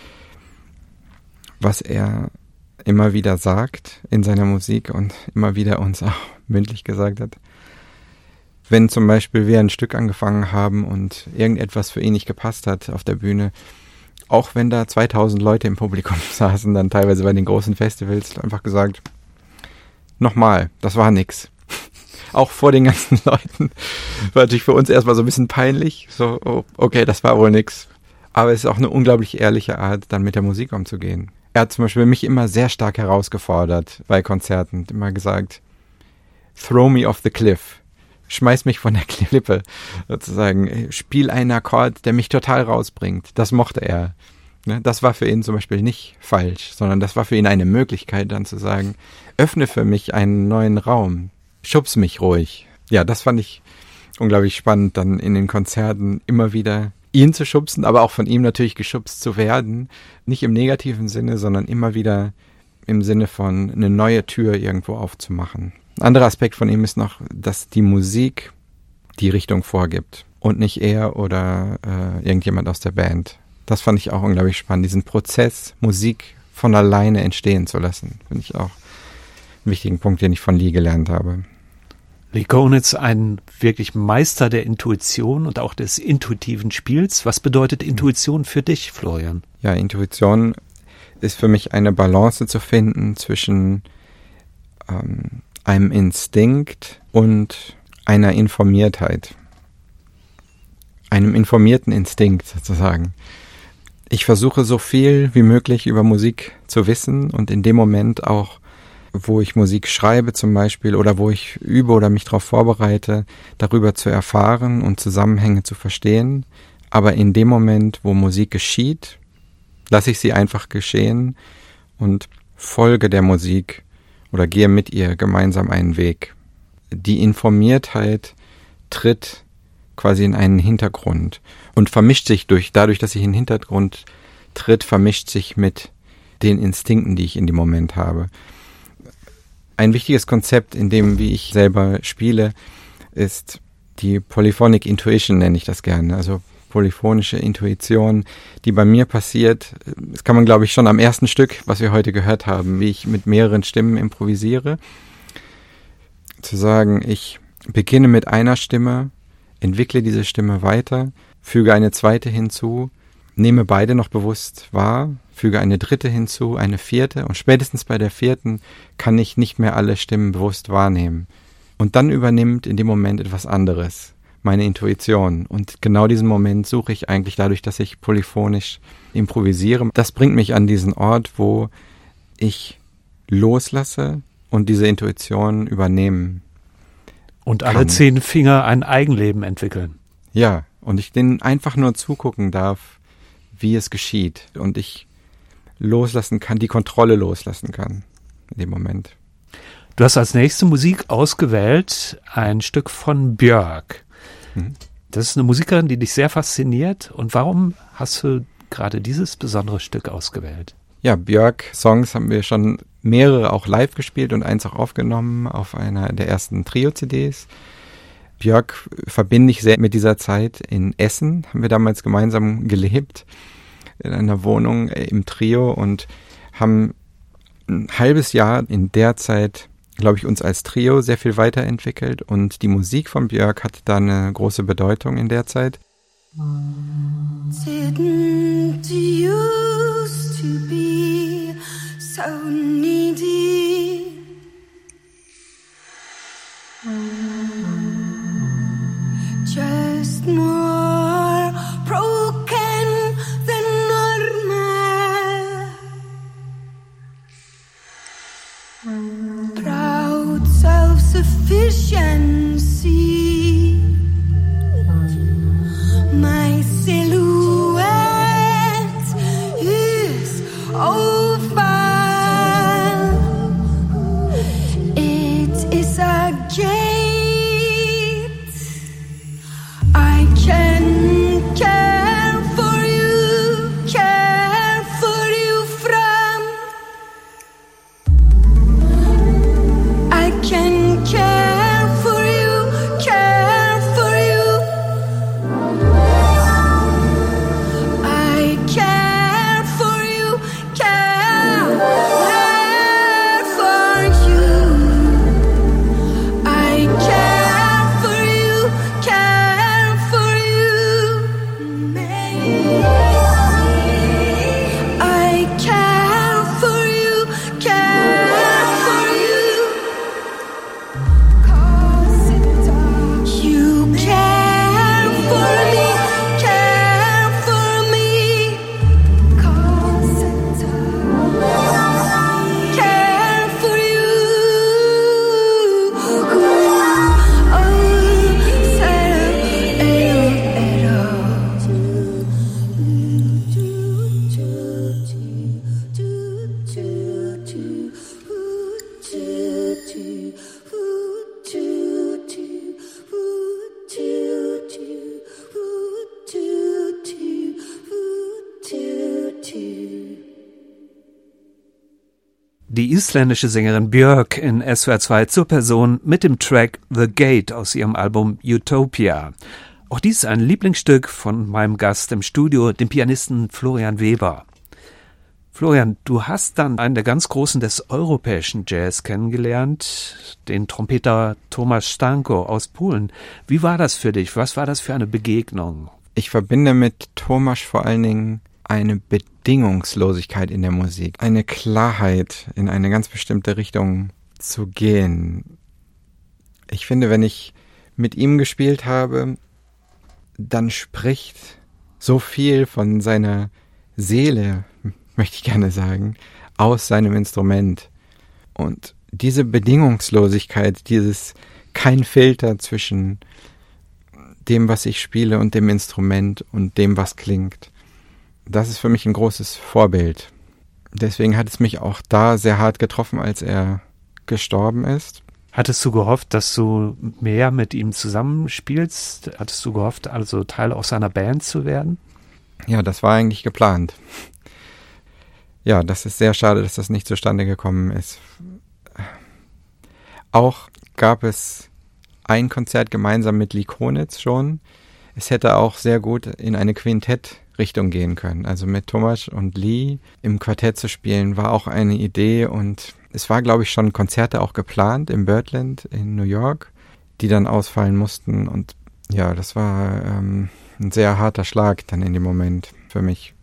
was er immer wieder sagt in seiner Musik und immer wieder uns auch mündlich gesagt hat. Wenn zum Beispiel wir ein Stück angefangen haben und irgendetwas für ihn nicht gepasst hat auf der Bühne, auch wenn da zweitausend Leute im Publikum saßen, dann teilweise bei den großen Festivals, einfach gesagt, nochmal, das war nix. Auch vor den ganzen Leuten. War natürlich für uns erstmal so ein bisschen peinlich. So, oh, okay, das war wohl nix. Aber es ist auch eine unglaublich ehrliche Art, dann mit der Musik umzugehen. Er hat zum Beispiel mich immer sehr stark herausgefordert bei Konzerten. Immer gesagt, throw me off the cliff. Schmeiß mich von der Klippe, sozusagen. Spiel einen Akkord, der mich total rausbringt. Das mochte er. Das war für ihn zum Beispiel nicht falsch, sondern das war für ihn eine Möglichkeit, dann zu sagen, öffne für mich einen neuen Raum. Schubs mich ruhig. Ja, das fand ich unglaublich spannend, dann in den Konzerten immer wieder ihn zu schubsen, aber auch von ihm natürlich geschubst zu werden. Nicht im negativen Sinne, sondern immer wieder im Sinne von eine neue Tür irgendwo aufzumachen. Ein anderer Aspekt von ihm ist noch, dass die Musik die Richtung vorgibt und nicht er oder äh, irgendjemand aus der Band. Das fand ich auch unglaublich spannend, diesen Prozess, Musik von alleine entstehen zu lassen. Finde ich auch einen wichtigen Punkt, den ich von Lee gelernt habe. Lee Konitz, ein wirklich Meister der Intuition und auch des intuitiven Spiels. Was bedeutet Intuition für dich, Florian? Ja, Intuition ist für mich eine Balance zu finden zwischen ähm, einem Instinkt und einer Informiertheit. Einem informierten Instinkt sozusagen. Ich versuche so viel wie möglich über Musik zu wissen und in dem Moment auch, wo ich Musik schreibe zum Beispiel oder wo ich übe oder mich darauf vorbereite, darüber zu erfahren und Zusammenhänge zu verstehen. Aber in dem Moment, wo Musik geschieht, lasse ich sie einfach geschehen und folge der Musik oder gehe mit ihr gemeinsam einen Weg. Die Informiertheit tritt quasi in einen Hintergrund und vermischt sich durch, dadurch, dass ich in den Hintergrund tritt, vermischt sich mit den Instinkten, die ich in dem Moment habe. Ein wichtiges Konzept, in dem, wie ich selber spiele, ist die Polyphonic Intuition, nenne ich das gerne. Also polyphonische Intuition, die bei mir passiert. Das kann man, glaube ich, schon am ersten Stück, was wir heute gehört haben, wie ich mit mehreren Stimmen improvisiere. Zu sagen, ich beginne mit einer Stimme, entwickle diese Stimme weiter, füge eine zweite hinzu, nehme beide noch bewusst wahr, füge eine dritte hinzu, eine vierte und spätestens bei der vierten kann ich nicht mehr alle Stimmen bewusst wahrnehmen. Und dann übernimmt in dem Moment etwas anderes, meine Intuition. Und genau diesen Moment suche ich eigentlich dadurch, dass ich polyphonisch improvisiere. Das bringt mich an diesen Ort, wo ich loslasse und diese Intuition übernehmen Und alle kann. zehn Finger ein Eigenleben entwickeln. Ja, und ich denen einfach nur zugucken darf, wie es geschieht. Und ich loslassen kann, die Kontrolle loslassen kann in dem Moment. Du hast als nächste Musik ausgewählt ein Stück von Björk. Mhm. Das ist eine Musikerin, die dich sehr fasziniert. Und warum hast du gerade dieses besondere Stück ausgewählt? Ja, Björk-Songs haben wir schon mehrere auch live gespielt und eins auch aufgenommen auf einer der ersten Trio-C Ds. Björk verbinde ich sehr mit dieser Zeit in Essen, haben wir damals gemeinsam gelebt, in einer Wohnung im Trio und haben ein halbes Jahr in der Zeit, glaube ich, uns als Trio sehr viel weiterentwickelt und die Musik von Björk hat da eine große Bedeutung in der Zeit. Didn't used to be so needy. Just more broken than normal. Proud self-sufficiency. My silhouette is oval. It is a gate. I can care for you, care for you from. I can care for you, care for you. I care for you, care for you. I care for you, care for you. I care for you, care for you. 'Cause it does. You care for me, care for me. 'Cause it does. Care for you. Oh, Die isländische Sängerin Björk in S W R zwei zur Person mit dem Track The Gate aus ihrem Album Utopia. Auch dies ist ein Lieblingsstück von meinem Gast im Studio, dem Pianisten Florian Weber. Florian, du hast dann einen der ganz Großen des europäischen Jazz kennengelernt, den Trompeter Tomasz Stanko aus Polen. Wie war das für dich? Was war das für eine Begegnung? Ich verbinde mit Tomasz vor allen Dingen eine Bedingungslosigkeit in der Musik, eine Klarheit, in eine ganz bestimmte Richtung zu gehen. Ich finde, wenn ich mit ihm gespielt habe, dann spricht so viel von seiner Seele, möchte ich gerne sagen, aus seinem Instrument. Und diese Bedingungslosigkeit, dieses kein Filter zwischen dem, was ich spiele und dem Instrument und dem, was klingt, das ist für mich ein großes Vorbild. Deswegen hat es mich auch da sehr hart getroffen, als er gestorben ist. Hattest du gehofft, dass du mehr mit ihm zusammenspielst? Hattest du gehofft, also Teil auch seiner Band zu werden? Ja, das war eigentlich geplant. Ja, das ist sehr schade, dass das nicht zustande gekommen ist. Auch gab es ein Konzert gemeinsam mit Lee Konitz schon. Es hätte auch sehr gut in eine Quintett-Richtung gehen können. Also mit Tomasz und Lee im Quartett zu spielen, war auch eine Idee. Und es war, glaube ich, schon Konzerte auch geplant im Birdland in New York, die dann ausfallen mussten. Und ja, das war ähm, ein sehr harter Schlag dann in dem Moment für mich.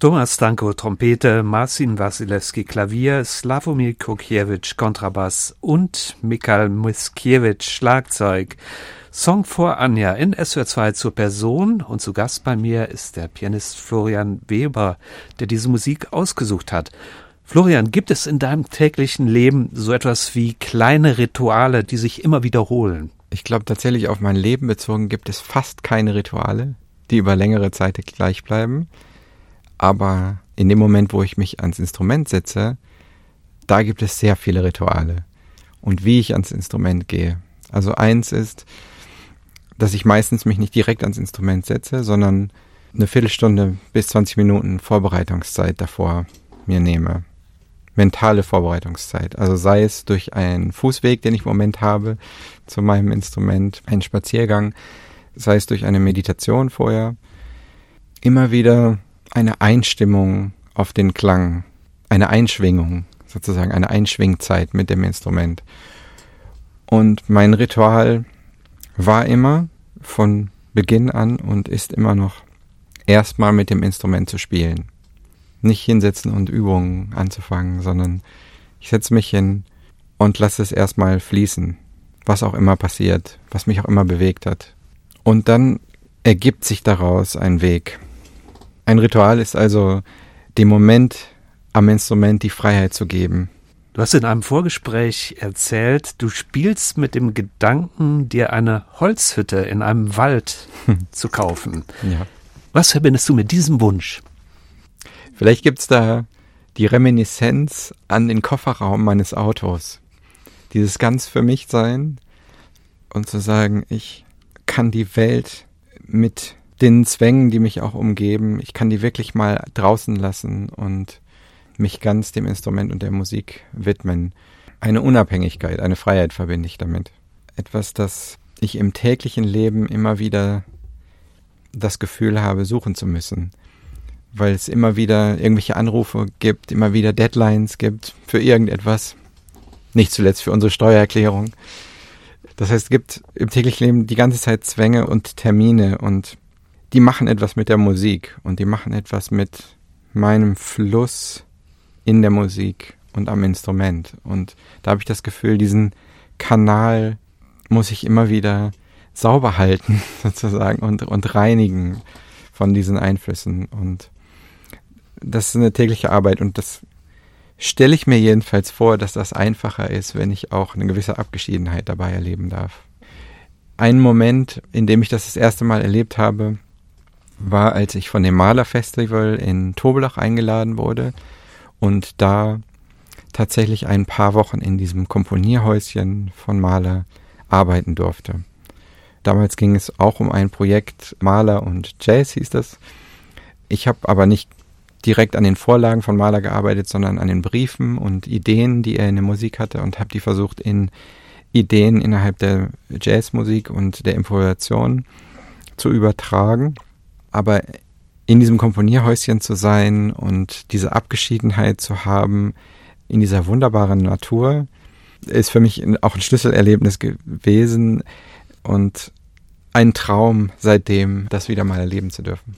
Thomas Stanko, Trompete, Marcin Wasilewski, Klavier, Sławomir Kokiewicz, Kontrabass und Michal Miskiewicz, Schlagzeug. Song vor Anja in S W R zwei zur Person, und zu Gast bei mir ist der Pianist Florian Weber, der diese Musik ausgesucht hat. Florian, gibt es in deinem täglichen Leben so etwas wie kleine Rituale, die sich immer wiederholen? Ich glaube tatsächlich, auf mein Leben bezogen gibt es fast keine Rituale, die über längere Zeit gleich bleiben. Aber in dem Moment, wo ich mich ans Instrument setze, da gibt es sehr viele Rituale. Und wie ich ans Instrument gehe. Also eins ist, dass ich meistens mich nicht direkt ans Instrument setze, sondern eine Viertelstunde bis zwanzig Minuten Vorbereitungszeit davor mir nehme. Mentale Vorbereitungszeit. Also sei es durch einen Fußweg, den ich im Moment habe, zu meinem Instrument, einen Spaziergang, sei es durch eine Meditation vorher. Immer wieder eine Einstimmung auf den Klang, eine Einschwingung, sozusagen eine Einschwingzeit mit dem Instrument. Und mein Ritual war immer von Beginn an und ist immer noch, erstmal mit dem Instrument zu spielen. Nicht hinsetzen und Übungen anzufangen, sondern ich setze mich hin und lasse es erstmal fließen, was auch immer passiert, was mich auch immer bewegt hat. Und dann ergibt sich daraus ein Weg. Ein Ritual ist also, dem Moment am Instrument die Freiheit zu geben. Du hast in einem Vorgespräch erzählt, du spielst mit dem Gedanken, dir eine Holzhütte in einem Wald zu kaufen. Ja. Was verbindest du mit diesem Wunsch? Vielleicht gibt's da die Reminiszenz an den Kofferraum meines Autos. Dieses ganz für mich sein und zu sagen, ich kann die Welt mit den Zwängen, die mich auch umgeben, ich kann die wirklich mal draußen lassen und mich ganz dem Instrument und der Musik widmen. Eine Unabhängigkeit, eine Freiheit verbinde ich damit. Etwas, das ich im täglichen Leben immer wieder das Gefühl habe, suchen zu müssen. Weil es immer wieder irgendwelche Anrufe gibt, immer wieder Deadlines gibt für irgendetwas. Nicht zuletzt für unsere Steuererklärung. Das heißt, es gibt im täglichen Leben die ganze Zeit Zwänge und Termine und die machen etwas mit der Musik und die machen etwas mit meinem Fluss in der Musik und am Instrument. Und da habe ich das Gefühl, diesen Kanal muss ich immer wieder sauber halten, sozusagen, und, und reinigen von diesen Einflüssen. Und das ist eine tägliche Arbeit und das stelle ich mir jedenfalls vor, dass das einfacher ist, wenn ich auch eine gewisse Abgeschiedenheit dabei erleben darf. Ein Moment, in dem ich das das erste Mal erlebt habe, war, als ich von dem Malerfestival in Toblach eingeladen wurde und da tatsächlich ein paar Wochen in diesem Komponierhäuschen von Mahler arbeiten durfte. Damals ging es auch um ein Projekt Mahler und Jazz, hieß das. Ich habe aber nicht direkt an den Vorlagen von Mahler gearbeitet, sondern an den Briefen und Ideen, die er in der Musik hatte und habe die versucht, in Ideen innerhalb der Jazzmusik und der Improvisation zu übertragen. Aber in diesem Komponierhäuschen zu sein und diese Abgeschiedenheit zu haben in dieser wunderbaren Natur, ist für mich auch ein Schlüsselerlebnis gewesen und ein Traum seitdem, das wieder mal erleben zu dürfen.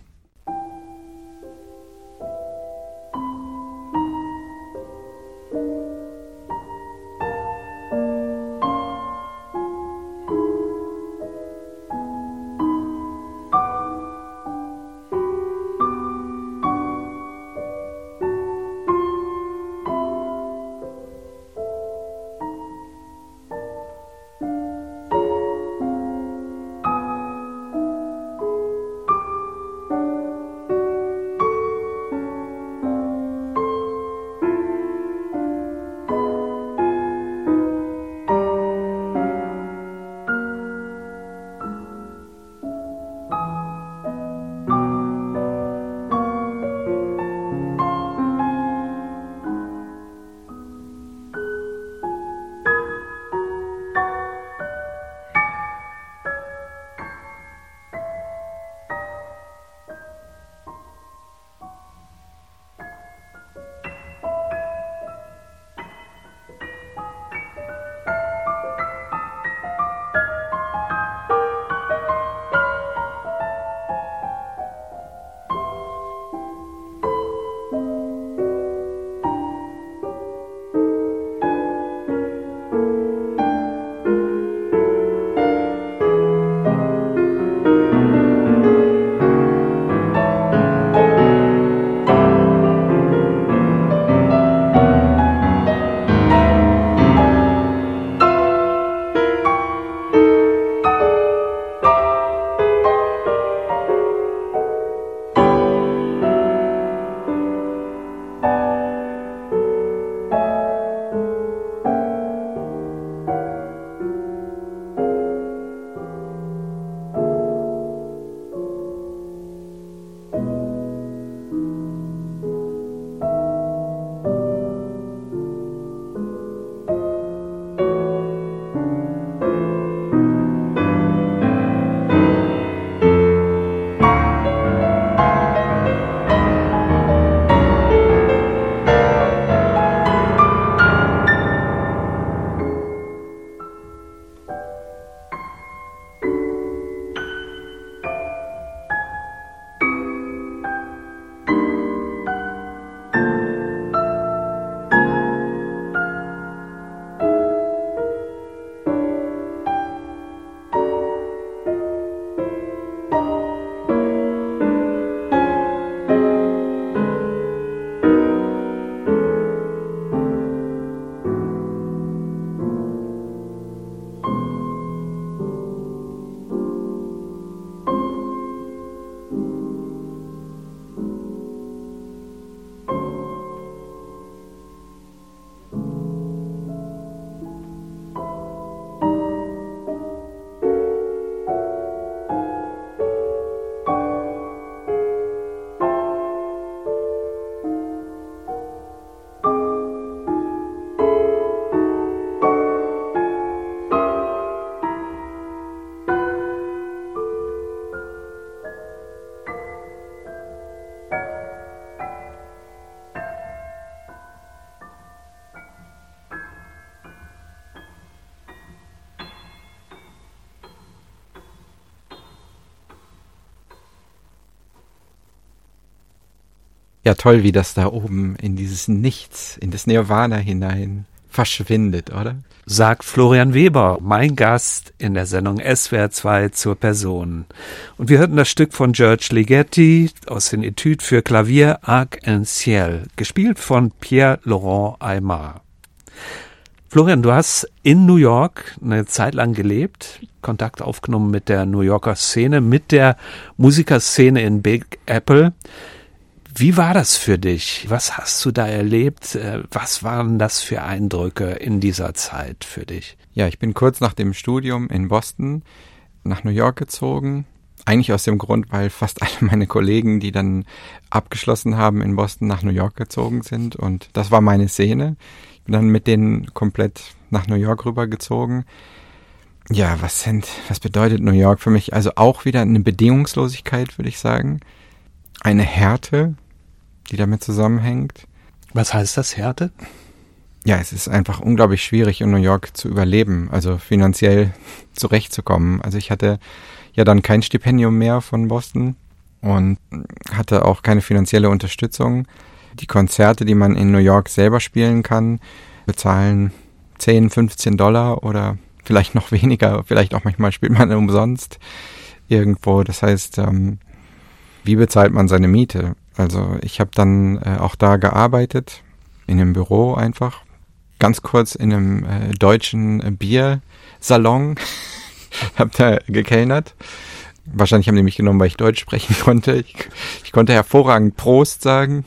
Ja, toll, wie das da oben in dieses Nichts, in das Nirvana hinein verschwindet, oder? Sagt Florian Weber, mein Gast in der Sendung S W R zwei zur Person. Und wir hörten das Stück von George Ligeti aus den Etudes für Klavier Arc-en-Ciel, gespielt von Pierre-Laurent Aimard. Florian, du hast in New York eine Zeit lang gelebt, Kontakt aufgenommen mit der New Yorker Szene, mit der Musikerszene in Big Apple. Wie war das für dich? Was hast du da erlebt? Was waren das für Eindrücke in dieser Zeit für dich? Ja, ich bin kurz nach dem Studium in Boston nach New York gezogen. Eigentlich aus dem Grund, weil fast alle meine Kollegen, die dann abgeschlossen haben in Boston, nach New York gezogen sind. Und das war meine Szene. Ich bin dann mit denen komplett nach New York rübergezogen. Ja, was sind, was bedeutet New York für mich? Also auch wieder eine Bedingungslosigkeit, würde ich sagen. Eine Härte, die damit zusammenhängt. Was heißt das, Härte? Ja, es ist einfach unglaublich schwierig, in New York zu überleben, also finanziell zurechtzukommen. Also ich hatte ja dann kein Stipendium mehr von Boston und hatte auch keine finanzielle Unterstützung. Die Konzerte, die man in New York selber spielen kann, bezahlen zehn, fünfzehn Dollar oder vielleicht noch weniger. Vielleicht auch manchmal spielt man umsonst irgendwo. Das heißt, ähm, wie bezahlt man seine Miete? Also ich habe dann äh, auch da gearbeitet, in einem Büro einfach. Ganz kurz in einem äh, deutschen äh, Biersalon. Habe da gekellnert. Wahrscheinlich haben die mich genommen, weil ich Deutsch sprechen konnte. Ich, ich konnte hervorragend Prost sagen.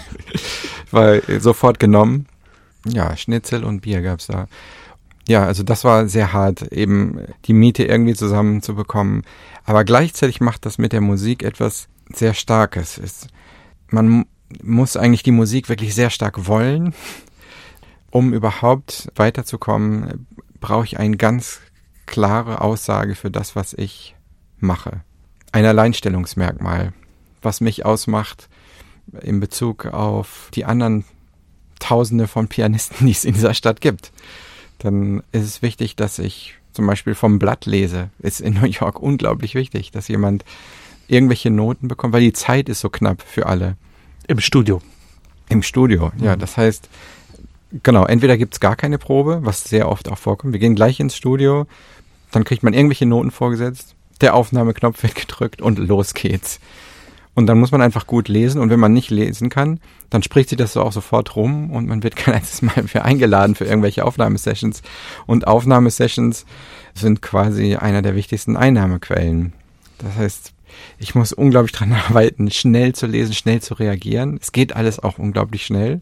War sofort genommen. Ja, Schnitzel und Bier gab's da. Ja, also das war sehr hart, eben die Miete irgendwie zusammenzubekommen. Aber gleichzeitig macht das mit der Musik etwas sehr Starkes. Es, man muss eigentlich die Musik wirklich sehr stark wollen. Um überhaupt weiterzukommen, brauche ich eine ganz klare Aussage für das, was ich mache. Ein Alleinstellungsmerkmal, was mich ausmacht in Bezug auf die anderen Tausende von Pianisten, die es in dieser Stadt gibt. Dann ist es wichtig, dass ich zum Beispiel vom Blatt lese. Ist in New York unglaublich wichtig, dass jemand irgendwelche Noten bekommt, weil die Zeit ist so knapp für alle. Im Studio. Im Studio, ja. Das heißt, genau, entweder gibt's gar keine Probe, was sehr oft auch vorkommt. Wir gehen gleich ins Studio, dann kriegt man irgendwelche Noten vorgesetzt, der Aufnahmeknopf wird gedrückt und los geht's. Und dann muss man einfach gut lesen und wenn man nicht lesen kann, dann spricht sich das so auch sofort rum und man wird kein einziges Mal mehr eingeladen für irgendwelche Aufnahmesessions. Und Aufnahmesessions sind quasi einer der wichtigsten Einnahmequellen. Das heißt, ich muss unglaublich dran arbeiten, schnell zu lesen, schnell zu reagieren. Es geht alles auch unglaublich schnell.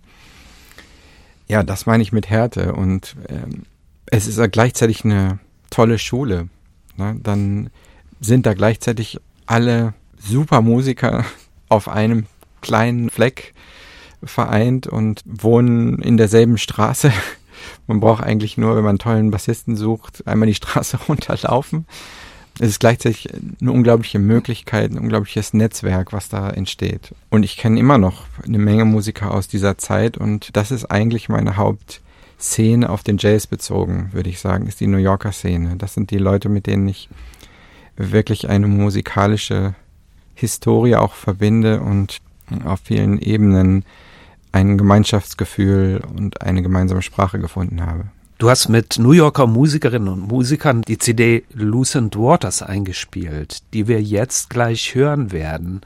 Ja, das meine ich mit Härte und ähm, es ist ja gleichzeitig eine tolle Schule. Ne? Dann sind da gleichzeitig alle super Musiker auf einem kleinen Fleck vereint und wohnen in derselben Straße. Man braucht eigentlich nur, wenn man einen tollen Bassisten sucht, einmal die Straße runterlaufen. Es ist gleichzeitig eine unglaubliche Möglichkeit, ein unglaubliches Netzwerk, was da entsteht. Und ich kenne immer noch eine Menge Musiker aus dieser Zeit und das ist eigentlich meine Hauptszene auf den Jazz bezogen, würde ich sagen, ist die New Yorker Szene. Das sind die Leute, mit denen ich wirklich eine musikalische Historie auch verbinde und auf vielen Ebenen ein Gemeinschaftsgefühl und eine gemeinsame Sprache gefunden habe. Du hast mit New Yorker Musikerinnen und Musikern die C D Lucent Waters eingespielt, die wir jetzt gleich hören werden.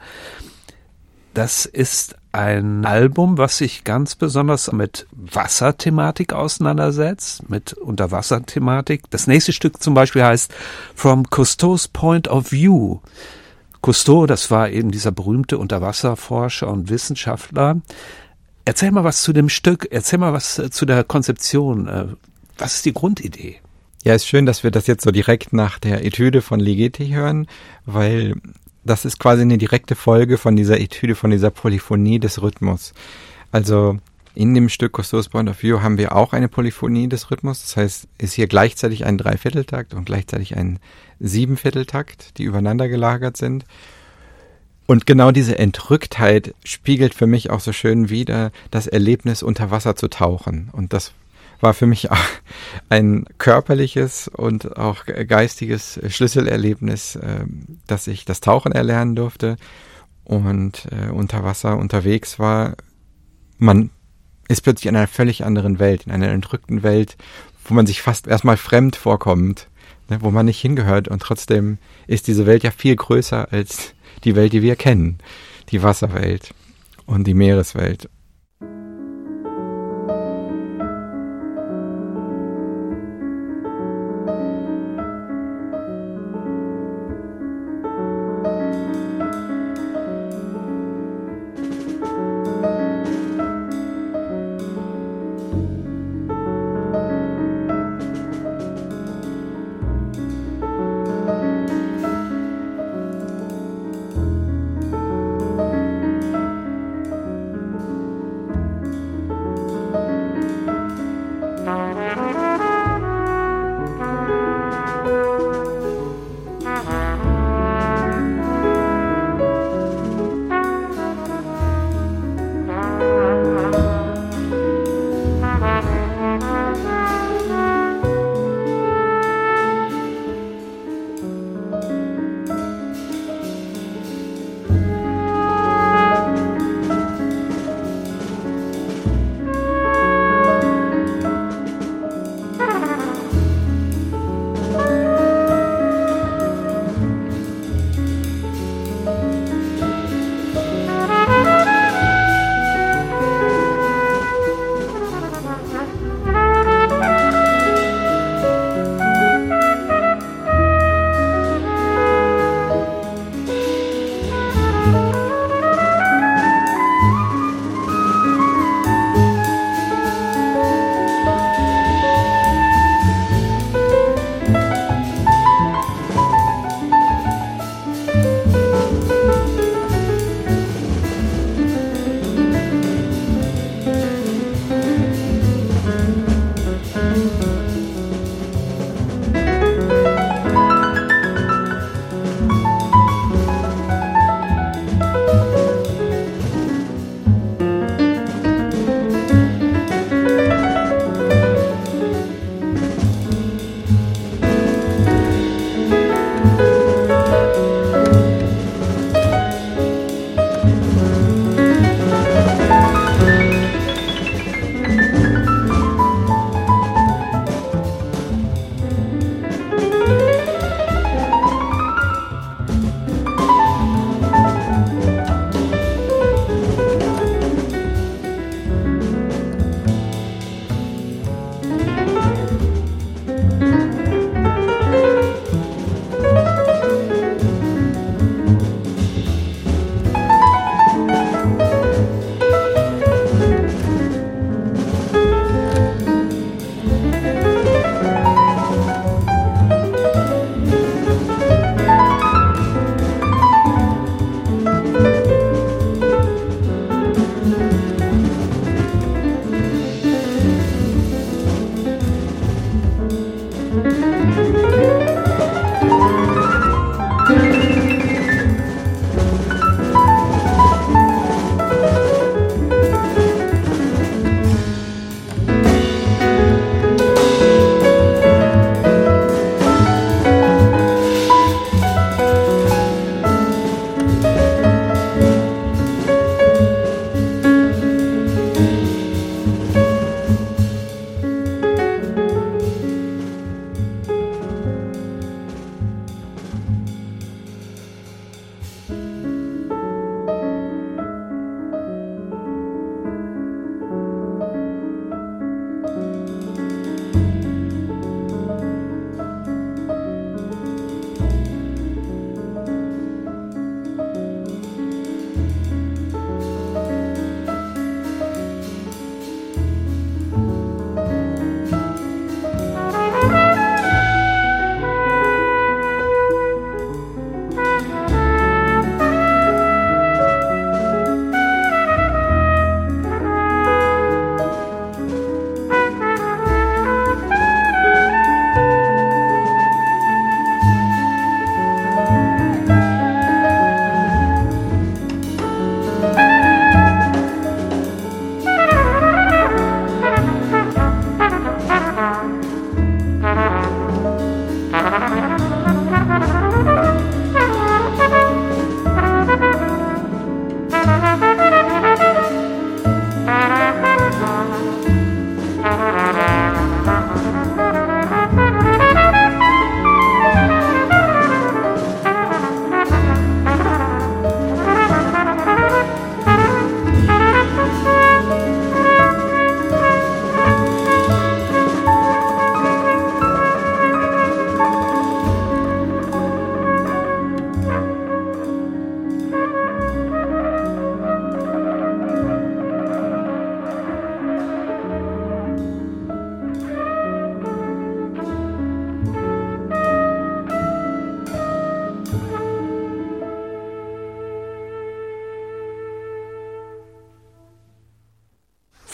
Das ist ein Album, was sich ganz besonders mit Wasserthematik auseinandersetzt, mit Unterwasserthematik. Das nächste Stück zum Beispiel heißt From Cousteau's Point of View. Cousteau, das war eben dieser berühmte Unterwasserforscher und Wissenschaftler. Erzähl mal was zu dem Stück, erzähl mal was zu der Konzeption. Was ist die Grundidee? Ja, ist schön, dass wir das jetzt so direkt nach der Etüde von Ligeti hören, weil das ist quasi eine direkte Folge von dieser Etüde, von dieser Polyphonie des Rhythmus. Also in dem Stück Cousteau's Point of View haben wir auch eine Polyphonie des Rhythmus. Das heißt, ist hier gleichzeitig ein Dreivierteltakt und gleichzeitig ein Siebenvierteltakt, die übereinander gelagert sind. Und genau diese Entrücktheit spiegelt für mich auch so schön wider das Erlebnis, unter Wasser zu tauchen. Und das war für mich auch ein körperliches und auch geistiges Schlüsselerlebnis, dass ich das Tauchen erlernen durfte und äh, unter Wasser unterwegs war, man ist plötzlich in einer völlig anderen Welt, in einer entrückten Welt, wo man sich fast erstmal fremd vorkommt, ne, wo man nicht hingehört, und trotzdem ist diese Welt ja viel größer als die Welt, die wir kennen, die Wasserwelt und die Meereswelt.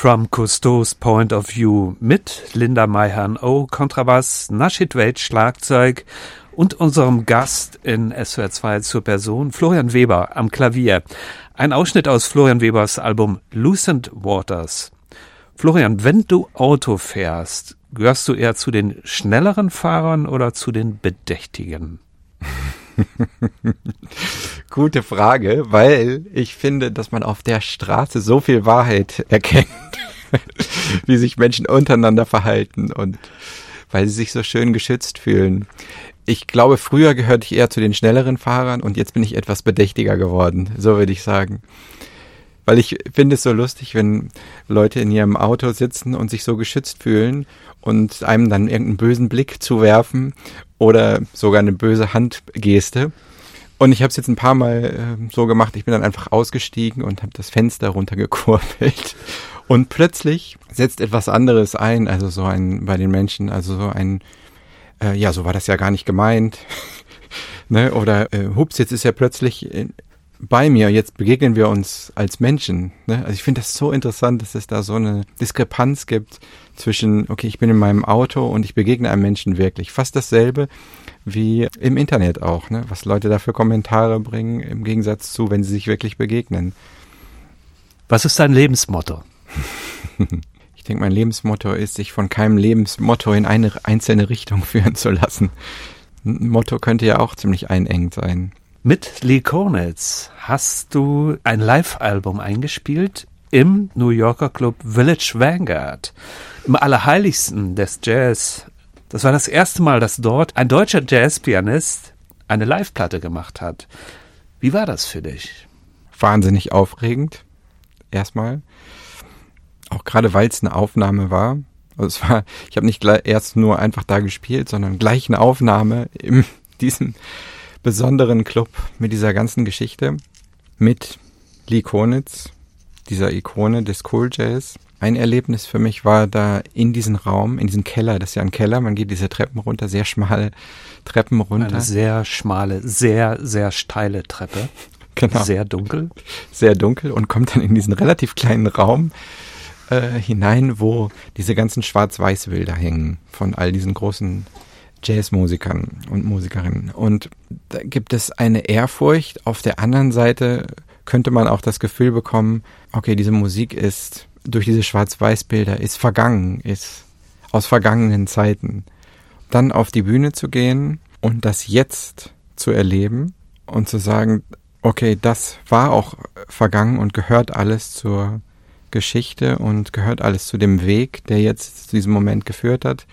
From Cousteau's Point of View mit Linda Mayhan-O, Kontrabass, Naschid Wade, Schlagzeug und unserem Gast in S W R zwei zur Person, Florian Weber am Klavier. Ein Ausschnitt aus Florian Webers Album Lucent Waters. Florian, wenn du Auto fährst, gehörst du eher zu den schnelleren Fahrern oder zu den Bedächtigen? Gute Frage, weil ich finde, dass man auf der Straße so viel Wahrheit erkennt, wie sich Menschen untereinander verhalten und weil sie sich so schön geschützt fühlen. Ich glaube, früher gehörte ich eher zu den schnelleren Fahrern und jetzt bin ich etwas bedächtiger geworden, so würde ich sagen. Weil ich finde es so lustig, wenn Leute in ihrem Auto sitzen und sich so geschützt fühlen und einem dann irgendeinen bösen Blick zuwerfen oder sogar eine böse Handgeste. Und ich habe es jetzt ein paar Mal äh, so gemacht, ich bin dann einfach ausgestiegen und habe das Fenster runtergekurbelt. Und plötzlich setzt etwas anderes ein, also so ein bei den Menschen, also so ein, äh, ja, so war das ja gar nicht gemeint. Ne? Oder, äh, hups, jetzt ist er plötzlich in, bei mir, jetzt begegnen wir uns als Menschen. Ne? Also ich finde das so interessant, dass es da so eine Diskrepanz gibt zwischen, okay, ich bin in meinem Auto und ich begegne einem Menschen wirklich. Fast dasselbe wie im Internet auch, ne? Was Leute da für Kommentare bringen, im Gegensatz zu, wenn sie sich wirklich begegnen. Was ist dein Lebensmotto? Ich denke, mein Lebensmotto ist, sich von keinem Lebensmotto in eine einzelne Richtung führen zu lassen. Ein Motto könnte ja auch ziemlich einengend sein. Mit Lee Konitz hast du ein Live-Album eingespielt im New Yorker Club Village Vanguard, im Allerheiligsten des Jazz. Das war das erste Mal, dass dort ein deutscher Jazzpianist eine Live-Platte gemacht hat. Wie war das für dich? Wahnsinnig aufregend, erstmal. Auch gerade, weil es eine Aufnahme war. Also es war, ich habe nicht gleich, erst nur einfach da gespielt, sondern gleich eine Aufnahme in diesem besonderen Club mit dieser ganzen Geschichte, mit Lee Konitz, dieser Ikone des Cool Jazz. Ein Erlebnis für mich war da in diesen Raum, in diesen Keller, das ist ja ein Keller, man geht diese Treppen runter, sehr schmale Treppen runter. Eine sehr schmale, sehr, sehr steile Treppe. Genau. Sehr dunkel. Sehr dunkel und kommt dann in diesen relativ kleinen Raum äh, hinein, wo diese ganzen Schwarz-Weiß-Bilder hängen von all diesen großen Jazzmusikern und Musikerinnen. Und da gibt es eine Ehrfurcht. Auf der anderen Seite könnte man auch das Gefühl bekommen, okay, diese Musik ist durch diese Schwarz-Weiß-Bilder, ist vergangen, ist aus vergangenen Zeiten. Dann auf die Bühne zu gehen und das jetzt zu erleben und zu sagen, okay, das war auch vergangen und gehört alles zur Geschichte und gehört alles zu dem Weg, der jetzt zu diesem Moment geführt hat.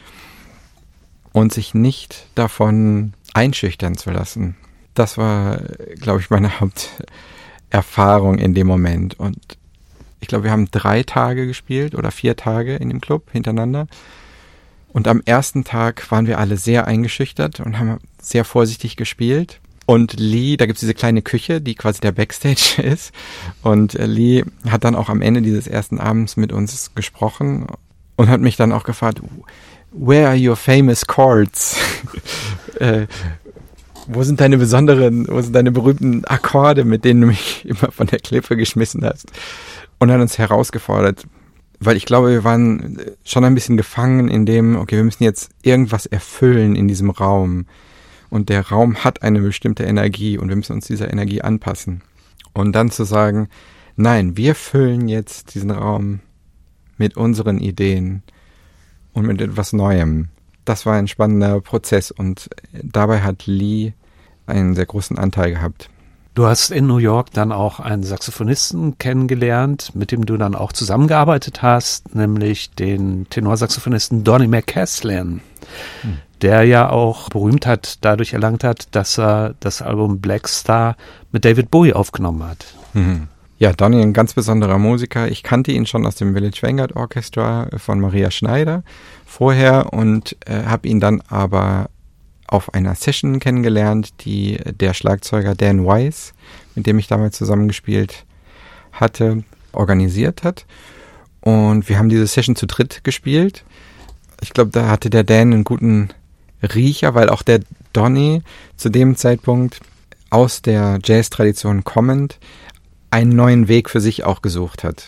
Und sich nicht davon einschüchtern zu lassen. Das war, glaube ich, meine Haupterfahrung in dem Moment. Und ich glaube, wir haben drei Tage gespielt oder vier Tage in dem Club hintereinander. Und am ersten Tag waren wir alle sehr eingeschüchtert und haben sehr vorsichtig gespielt. Und Lee, da gibt es diese kleine Küche, die quasi der Backstage ist. Und Lee hat dann auch am Ende dieses ersten Abends mit uns gesprochen und hat mich dann auch gefragt, where are your famous chords? äh, wo sind deine besonderen, wo sind deine berühmten Akkorde, mit denen du mich immer von der Klippe geschmissen hast? Und hat uns herausgefordert, weil ich glaube, wir waren schon ein bisschen gefangen in dem, okay, wir müssen jetzt irgendwas erfüllen in diesem Raum. Und der Raum hat eine bestimmte Energie und wir müssen uns dieser Energie anpassen. Und dann zu sagen, nein, wir füllen jetzt diesen Raum mit unseren Ideen und mit etwas Neuem. Das war ein spannender Prozess und dabei hat Lee einen sehr großen Anteil gehabt. Du hast in New York dann auch einen Saxophonisten kennengelernt, mit dem du dann auch zusammengearbeitet hast, nämlich den Tenorsaxophonisten Donny McCaslin, hm. der ja auch Berühmtheit dadurch erlangt hat, dass er das Album Black Star mit David Bowie aufgenommen hat. Mhm. Ja, Donny, ein ganz besonderer Musiker. Ich kannte ihn schon aus dem Village Vanguard Orchestra von Maria Schneider vorher und äh, habe ihn dann aber auf einer Session kennengelernt, die der Schlagzeuger Dan Weiss, mit dem ich damals zusammengespielt hatte, organisiert hat. Und wir haben diese Session zu dritt gespielt. Ich glaube, da hatte der Dan einen guten Riecher, weil auch der Donny zu dem Zeitpunkt aus der Jazz-Tradition kommend einen neuen Weg für sich auch gesucht hat.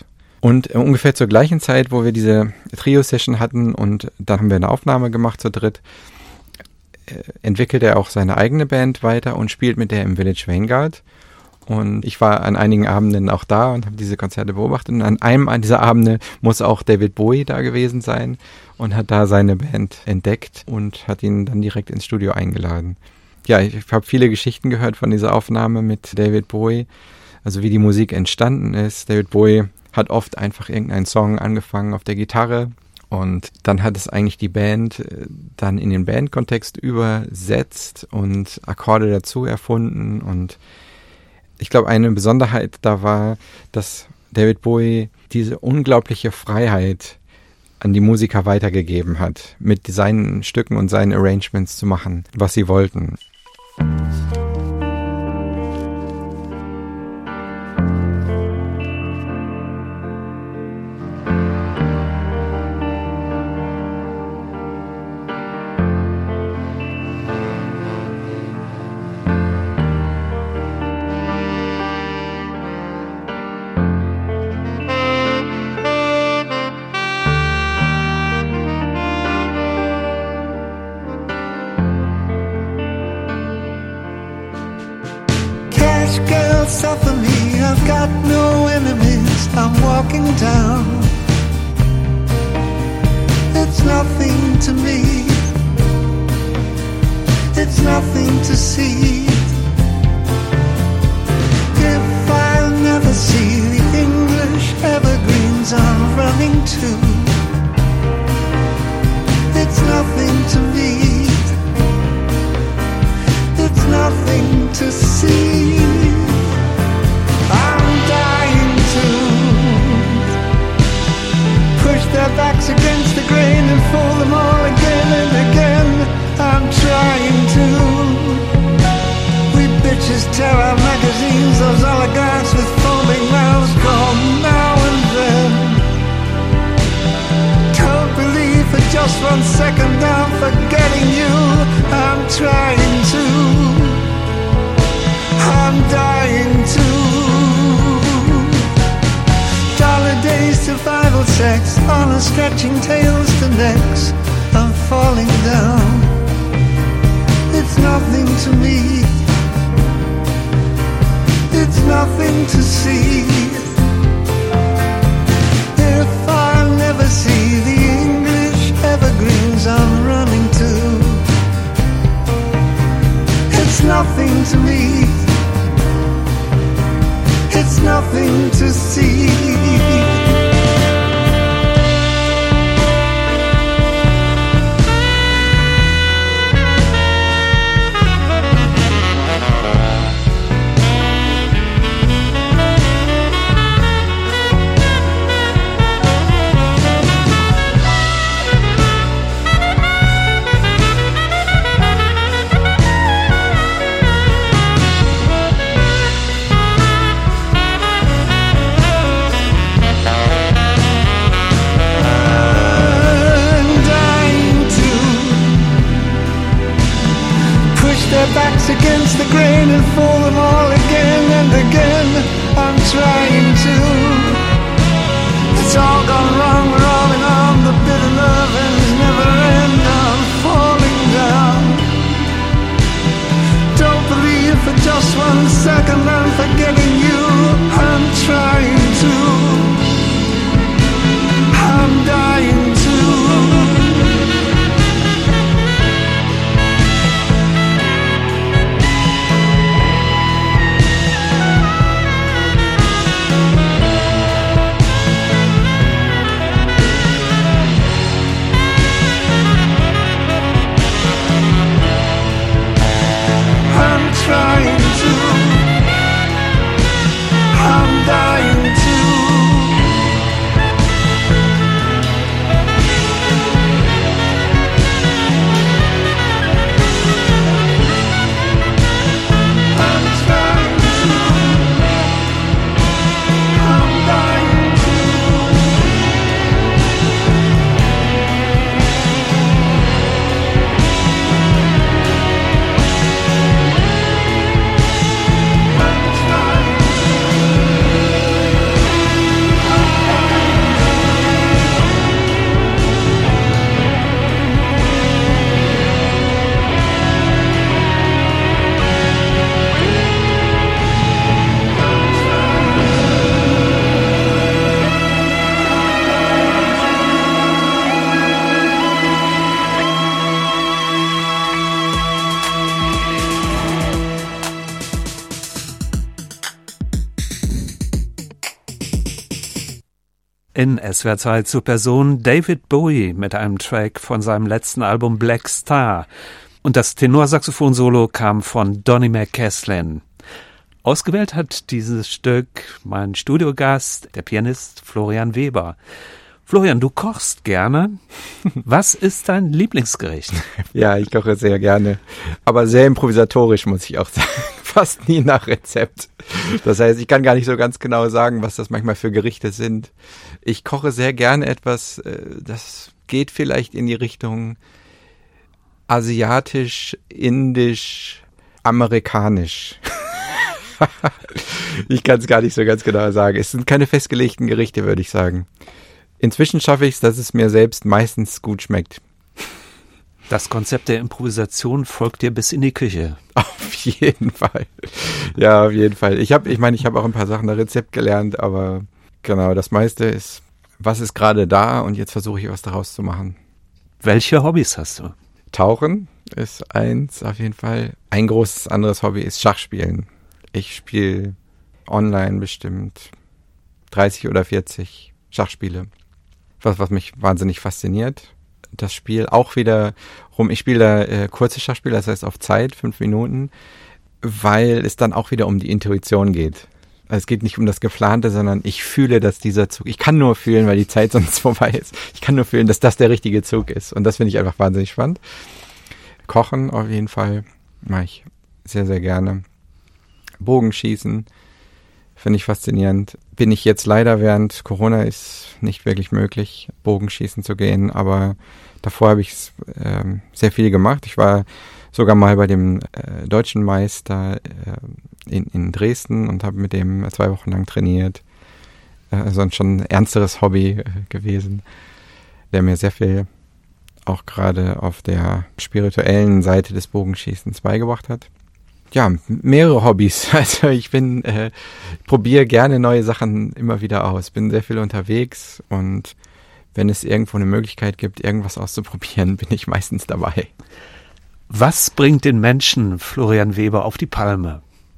Und äh, ungefähr zur gleichen Zeit, wo wir diese Trio-Session hatten und dann haben wir eine Aufnahme gemacht zu dritt, äh, entwickelt er auch seine eigene Band weiter und spielt mit der im Village Vanguard. Und ich war an einigen Abenden auch da und habe diese Konzerte beobachtet. Und an einem dieser Abende muss auch David Bowie da gewesen sein und hat da seine Band entdeckt und hat ihn dann direkt ins Studio eingeladen. Ja, ich habe viele Geschichten gehört von dieser Aufnahme mit David Bowie, also wie die Musik entstanden ist. David Bowie hat oft einfach irgendeinen Song angefangen auf der Gitarre und dann hat es eigentlich die Band dann in den Bandkontext übersetzt und Akkorde dazu erfunden. Und ich glaube, eine Besonderheit da war, dass David Bowie diese unglaubliche Freiheit an die Musiker weitergegeben hat, mit seinen Stücken und seinen Arrangements zu machen, was sie wollten. Girl, suffer me, I've got no enemies, I'm walking down. It's nothing to me, it's nothing to see. If I'll never see the English evergreens I'm running to, it's nothing to me, it's nothing to see. I'm dying to push their backs against the grain and fool them all again and again. I'm trying to. We bitches tear our magazines, those oligarchs with foaming mouths call now and then. Don't believe for just one second I'm forgetting you. I'm trying to. I'm dying to. Dollar days, survival sex, honor stretching tails to necks. I'm falling down. It's nothing to me. It's nothing to see. If I'll never see the English evergreens I'm running to, it's nothing to me. It's nothing to see. Backs against the grain and fool them all again and again. I'm trying to. It's all gone wrong, we're all in on the bitter love ends never end. I'm falling down. Don't believe for just one second I'm forgetting you. I'm trying to. I'm dying to. In S W R zwei zur Person David Bowie mit einem Track von seinem letzten Album Black Star. Und das Tenorsaxophon-Solo kam von Donny McCaslin. Ausgewählt hat dieses Stück mein Studiogast, der Pianist Florian Weber. Florian, du kochst gerne. Was ist dein Lieblingsgericht? Ja, ich koche sehr gerne, aber sehr improvisatorisch, muss ich auch sagen. Fast nie nach Rezept. Das heißt, ich kann gar nicht so ganz genau sagen, was das manchmal für Gerichte sind. Ich koche sehr gerne etwas, das geht vielleicht in die Richtung asiatisch, indisch, amerikanisch. Ich kann es gar nicht so ganz genau sagen. Es sind keine festgelegten Gerichte, würde ich sagen. Inzwischen schaffe ich es, dass es mir selbst meistens gut schmeckt. Das Konzept der Improvisation folgt dir bis in die Küche. Auf jeden Fall. Ja, auf jeden Fall. Ich habe, ich meine, ich habe auch ein paar Sachen der Rezept gelernt, aber genau, das meiste ist, was ist gerade da und jetzt versuche ich was daraus zu machen. Welche Hobbys hast du? Tauchen ist eins auf jeden Fall. Ein großes anderes Hobby ist Schachspielen. Ich spiele online bestimmt dreißig oder vierzig Schachspiele. Was, was mich wahnsinnig fasziniert. Das Spiel auch wieder rum. Ich spiele da äh, kurze Schachspiele, das heißt auf Zeit, fünf Minuten, weil es dann auch wieder um die Intuition geht. Also es geht nicht um das Geplante, sondern ich fühle, dass dieser Zug, ich kann nur fühlen, weil die Zeit sonst vorbei ist. Ich kann nur fühlen, dass das der richtige Zug ist. Und das finde ich einfach wahnsinnig spannend. Kochen auf jeden Fall mache ich sehr, sehr gerne. Bogenschießen finde ich faszinierend. Bin ich jetzt leider während Corona ist nicht wirklich möglich, Bogenschießen zu gehen, aber davor habe ich es äh, sehr viel gemacht. Ich war sogar mal bei dem äh, deutschen Meister äh, in, in Dresden und habe mit dem zwei Wochen lang trainiert. Äh, also schon ein ernsteres Hobby äh, gewesen, der mir sehr viel auch gerade auf der spirituellen Seite des Bogenschießens beigebracht hat. Ja, mehrere Hobbys. Also ich bin, äh, probiere gerne neue Sachen immer wieder aus. Bin sehr viel unterwegs und wenn es irgendwo eine Möglichkeit gibt, irgendwas auszuprobieren, bin ich meistens dabei. Was bringt den Menschen Florian Weber auf die Palme?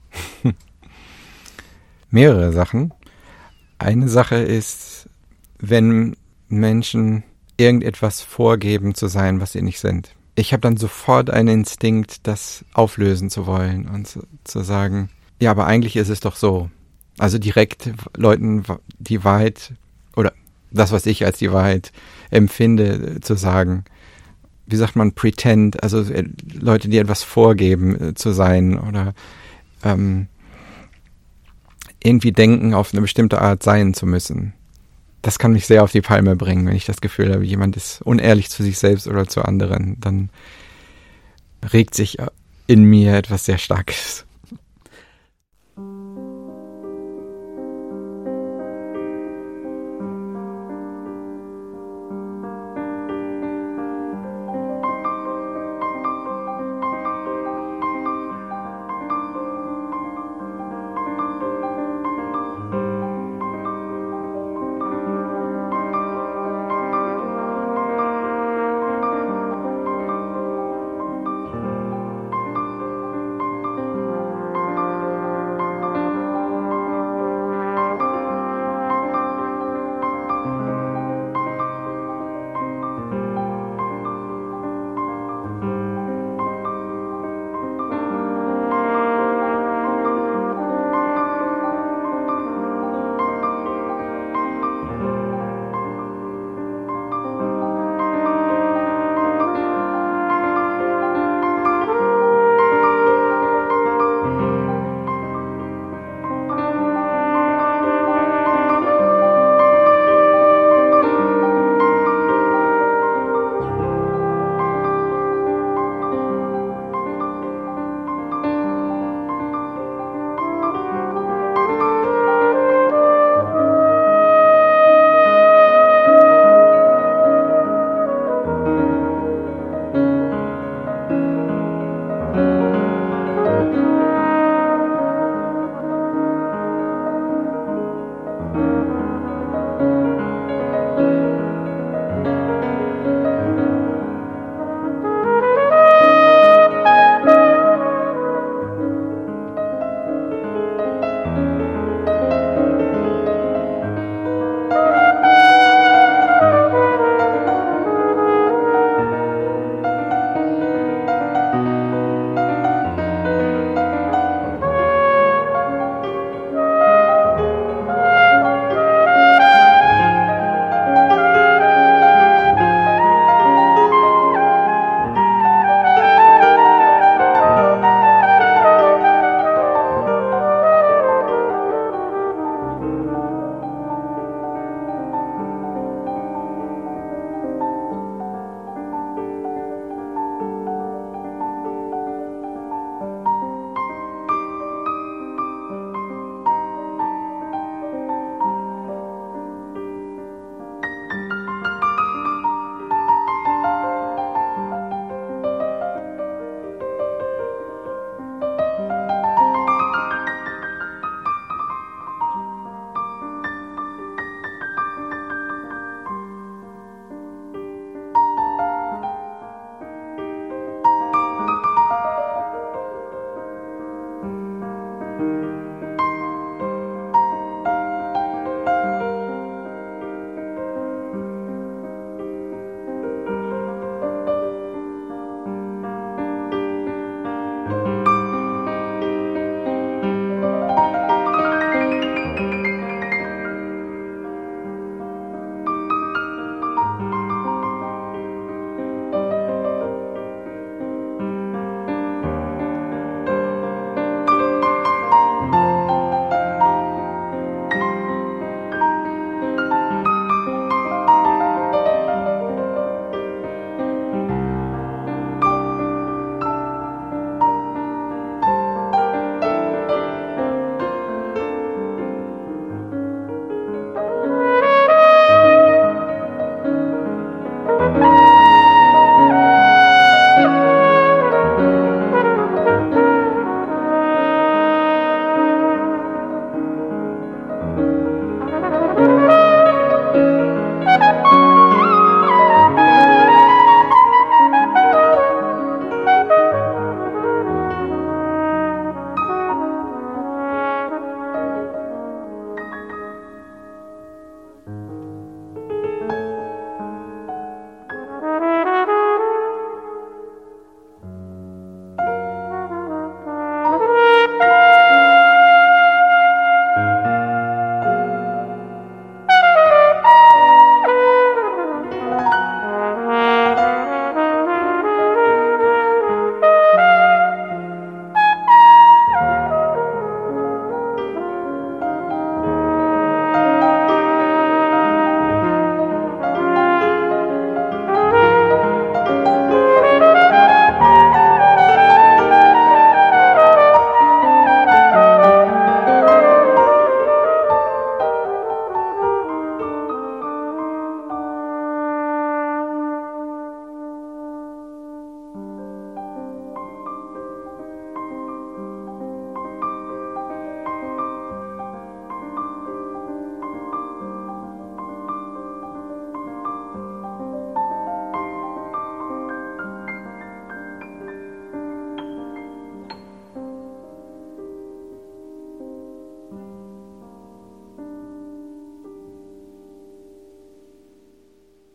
Mehrere Sachen. Eine Sache ist, wenn Menschen irgendetwas vorgeben zu sein, was sie nicht sind. Ich habe dann sofort einen Instinkt, das auflösen zu wollen und zu, zu sagen, ja, aber eigentlich ist es doch so. Also direkt Leuten die Wahrheit oder das, was ich als die Wahrheit empfinde, zu sagen. Wie sagt man, pretend, also Leute, die etwas vorgeben zu sein oder ähm, irgendwie denken, auf eine bestimmte Art sein zu müssen. Das kann mich sehr auf die Palme bringen, wenn ich das Gefühl habe, jemand ist unehrlich zu sich selbst oder zu anderen. Dann regt sich in mir etwas sehr Starkes.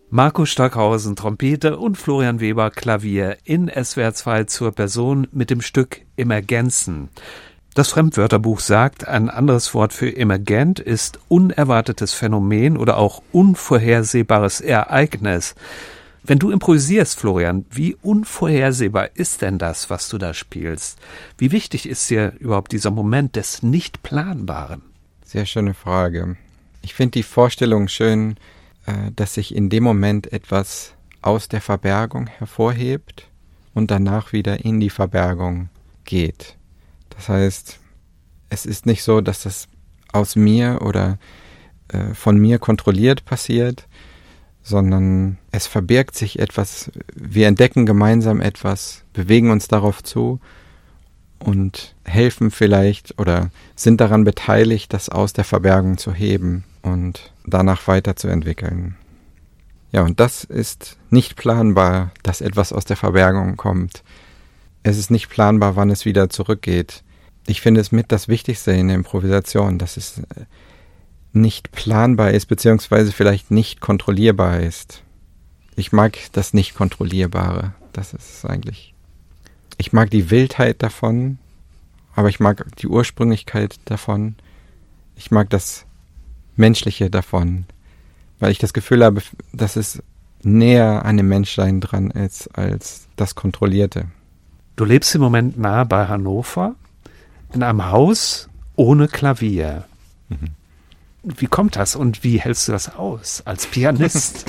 Marco Stockhausen, Trompete und Florian Weber, Klavier in S W R zwei zur Person mit dem Stück Emergenzen. Das Fremdwörterbuch sagt, ein anderes Wort für emergent ist unerwartetes Phänomen oder auch unvorhersehbares Ereignis. Wenn du improvisierst, Florian, wie unvorhersehbar ist denn das, was du da spielst? Wie wichtig ist dir überhaupt dieser Moment des Nicht-Planbaren? Sehr schöne Frage. Ich finde die Vorstellung schön, dass sich in dem Moment etwas aus der Verbergung hervorhebt und danach wieder in die Verbergung geht. Das heißt, es ist nicht so, dass das aus mir oder äh, von mir kontrolliert passiert, sondern es verbirgt sich etwas, wir entdecken gemeinsam etwas, bewegen uns darauf zu und helfen vielleicht oder sind daran beteiligt, das aus der Verbergung zu heben und danach weiterzuentwickeln. Ja, und das ist nicht planbar, dass etwas aus der Verbergung kommt. Es ist nicht planbar, wann es wieder zurückgeht. Ich finde es mit das Wichtigste in der Improvisation, dass es nicht planbar ist, beziehungsweise vielleicht nicht kontrollierbar ist. Ich mag das Nicht-Kontrollierbare. Das ist es eigentlich. Ich mag die Wildheit davon, aber ich mag die Ursprünglichkeit davon. Ich mag das Menschliche davon, weil ich das Gefühl habe, dass es näher an dem Menschsein dran ist als das Kontrollierte. Du lebst im Moment nahe bei Hannover, in einem Haus ohne Klavier. Mhm. Wie kommt das und wie hältst du das aus als Pianist?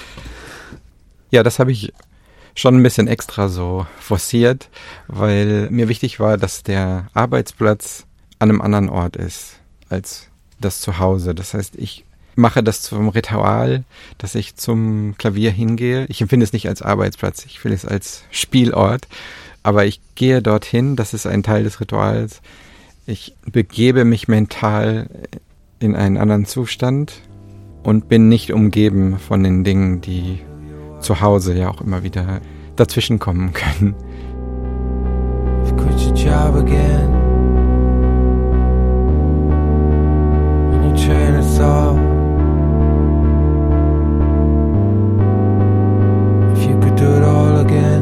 Ja, das habe ich schon ein bisschen extra so forciert, weil mir wichtig war, dass der Arbeitsplatz an einem anderen Ort ist als das Zuhause. Das heißt, ich mache das zum Ritual, dass ich zum Klavier hingehe. Ich empfinde es nicht als Arbeitsplatz, ich will es als Spielort, aber ich gehe dorthin, das ist ein Teil des Rituals. Ich begebe mich mental in einen anderen Zustand und bin nicht umgeben von den Dingen, die zu Hause ja auch immer wieder dazwischen kommen können. I've quit your job again. And your train of thought. If you could do it all again.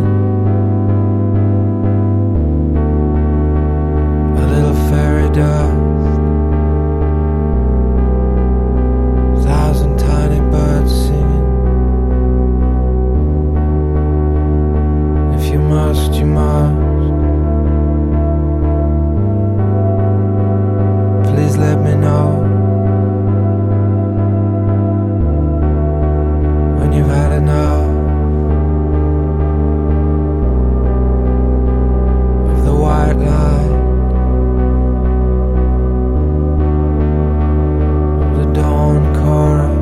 A little fairy dust. Thousand tiny birds singing. If you must, you must. Please let me know when you've had enough of the white light, of the dawn chorus.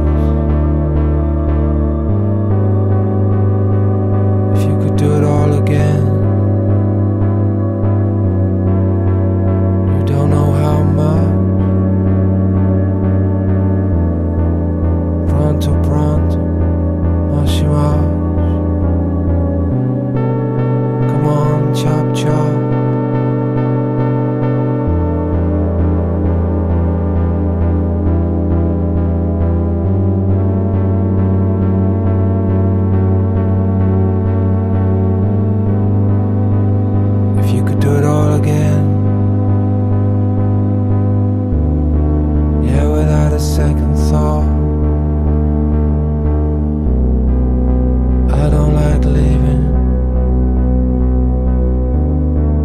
If you could do it all again, you don't know how much. Pronto, pronto, much, much. Come on, chop, chop. If you could do it all again, yeah, without a second thought. I don't like leaving.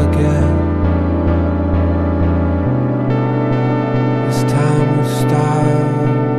again. This time with style.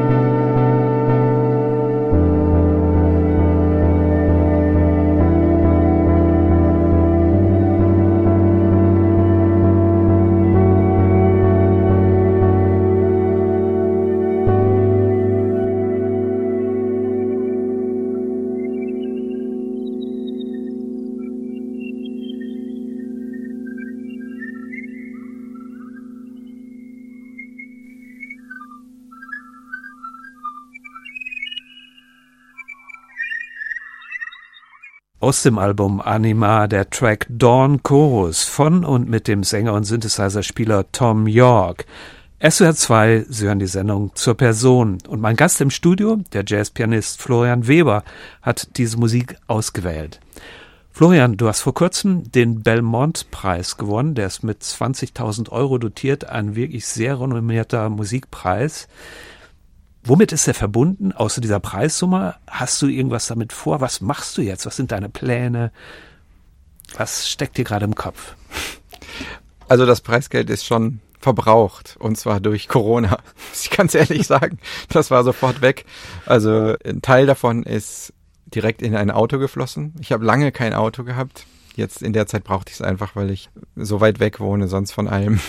Aus dem Album Anima der Track Dawn Chorus von und mit dem Sänger und Synthesizer-Spieler Thom Yorke. S W R zwei, Sie hören die Sendung Zur Person. Und mein Gast im Studio, der Jazzpianist Florian Weber, hat diese Musik ausgewählt. Florian, du hast vor kurzem den Belmont-Preis gewonnen. Der ist mit zwanzigtausend Euro dotiert, ein wirklich sehr renommierter Musikpreis. Womit ist er verbunden, außer dieser Preissumme? Hast du irgendwas damit vor? Was machst du jetzt? Was sind deine Pläne? Was steckt dir gerade im Kopf? Also das Preisgeld ist schon verbraucht, und zwar durch Corona, muss ich ganz ehrlich sagen. Das war sofort weg. Also ein Teil davon ist direkt in ein Auto geflossen. Ich habe lange kein Auto gehabt. Jetzt in der Zeit brauchte ich es einfach, weil ich so weit weg wohne, sonst von allem.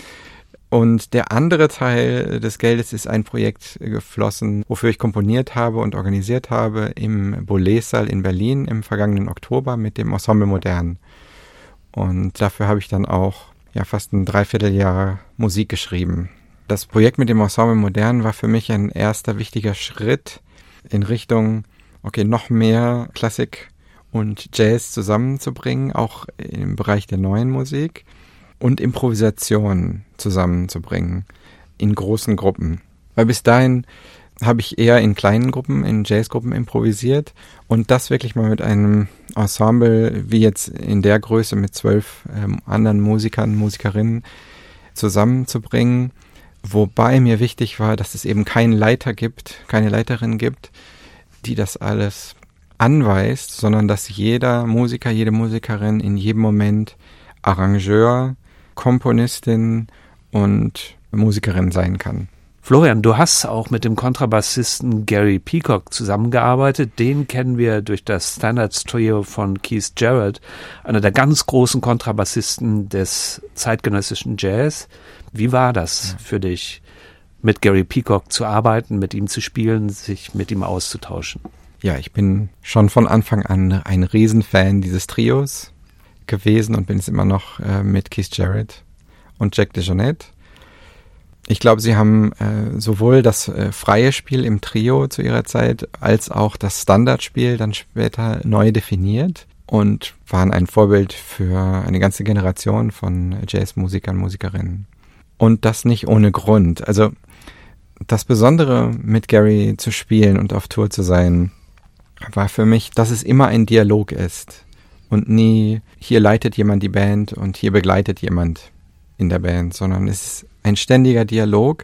Und der andere Teil des Geldes ist ein Projekt geflossen, wofür ich komponiert habe und organisiert habe im Boulez-Saal in Berlin im vergangenen Oktober mit dem Ensemble Modern. Und dafür habe ich dann auch ja fast ein Dreivierteljahr Musik geschrieben. Das Projekt mit dem Ensemble Modern war für mich ein erster wichtiger Schritt in Richtung, okay, noch mehr Klassik und Jazz zusammenzubringen, auch im Bereich der neuen Musik. Und Improvisation zusammenzubringen in großen Gruppen. Weil bis dahin habe ich eher in kleinen Gruppen, in Jazzgruppen improvisiert und das wirklich mal mit einem Ensemble wie jetzt in der Größe mit zwölf ähm, anderen Musikern, Musikerinnen zusammenzubringen. Wobei mir wichtig war, dass es eben keinen Leiter gibt, keine Leiterin gibt, die das alles anweist, sondern dass jeder Musiker, jede Musikerin in jedem Moment Arrangeur, Komponistin und Musikerin sein kann. Florian, du hast auch mit dem Kontrabassisten Gary Peacock zusammengearbeitet. Den kennen wir durch das Standards Trio von Keith Jarrett, einer der ganz großen Kontrabassisten des zeitgenössischen Jazz. Wie war das für dich, mit Gary Peacock zu arbeiten, mit ihm zu spielen, sich mit ihm auszutauschen? Ja, ich bin schon von Anfang an ein Riesenfan dieses Trios gewesen und bin es immer noch äh, mit Keith Jarrett und Jack DeJohnette. Ich glaube, sie haben äh, sowohl das äh, freie Spiel im Trio zu ihrer Zeit als auch das Standardspiel dann später neu definiert und waren ein Vorbild für eine ganze Generation von Jazzmusikern, Musikerinnen. Und das nicht ohne Grund. Also das Besondere mit Gary zu spielen und auf Tour zu sein, war für mich, dass es immer ein Dialog ist. Und nie, hier leitet jemand die Band und hier begleitet jemand in der Band, sondern es ist ein ständiger Dialog.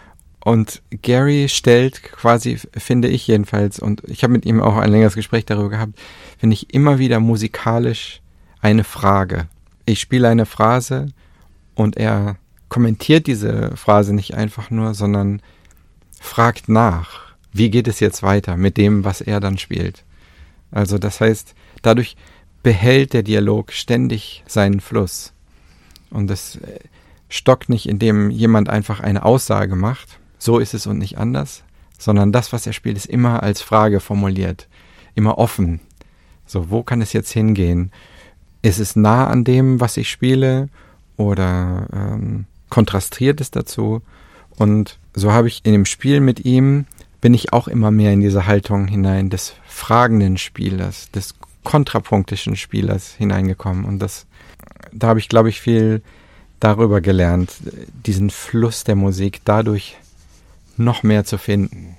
Und Gary stellt quasi, finde ich jedenfalls, und ich habe mit ihm auch ein längeres Gespräch darüber gehabt, finde ich immer wieder musikalisch eine Frage. Ich spiele eine Phrase und er kommentiert diese Phrase nicht einfach nur, sondern fragt nach, wie geht es jetzt weiter mit dem, was er dann spielt. Also das heißt, dadurch behält der Dialog ständig seinen Fluss. Und es stockt nicht, indem jemand einfach eine Aussage macht, so ist es und nicht anders, sondern das, was er spielt, ist immer als Frage formuliert, immer offen. So, wo kann es jetzt hingehen? Ist es nah an dem, was ich spiele, oder ähm, kontrastiert es dazu? Und so habe ich in dem Spiel mit ihm, bin ich auch immer mehr in diese Haltung hinein des fragenden Spielers, des kontrapunktischen Spielers hineingekommen. Und das, da habe ich, glaube ich, viel darüber gelernt, diesen Fluss der Musik dadurch noch mehr zu finden.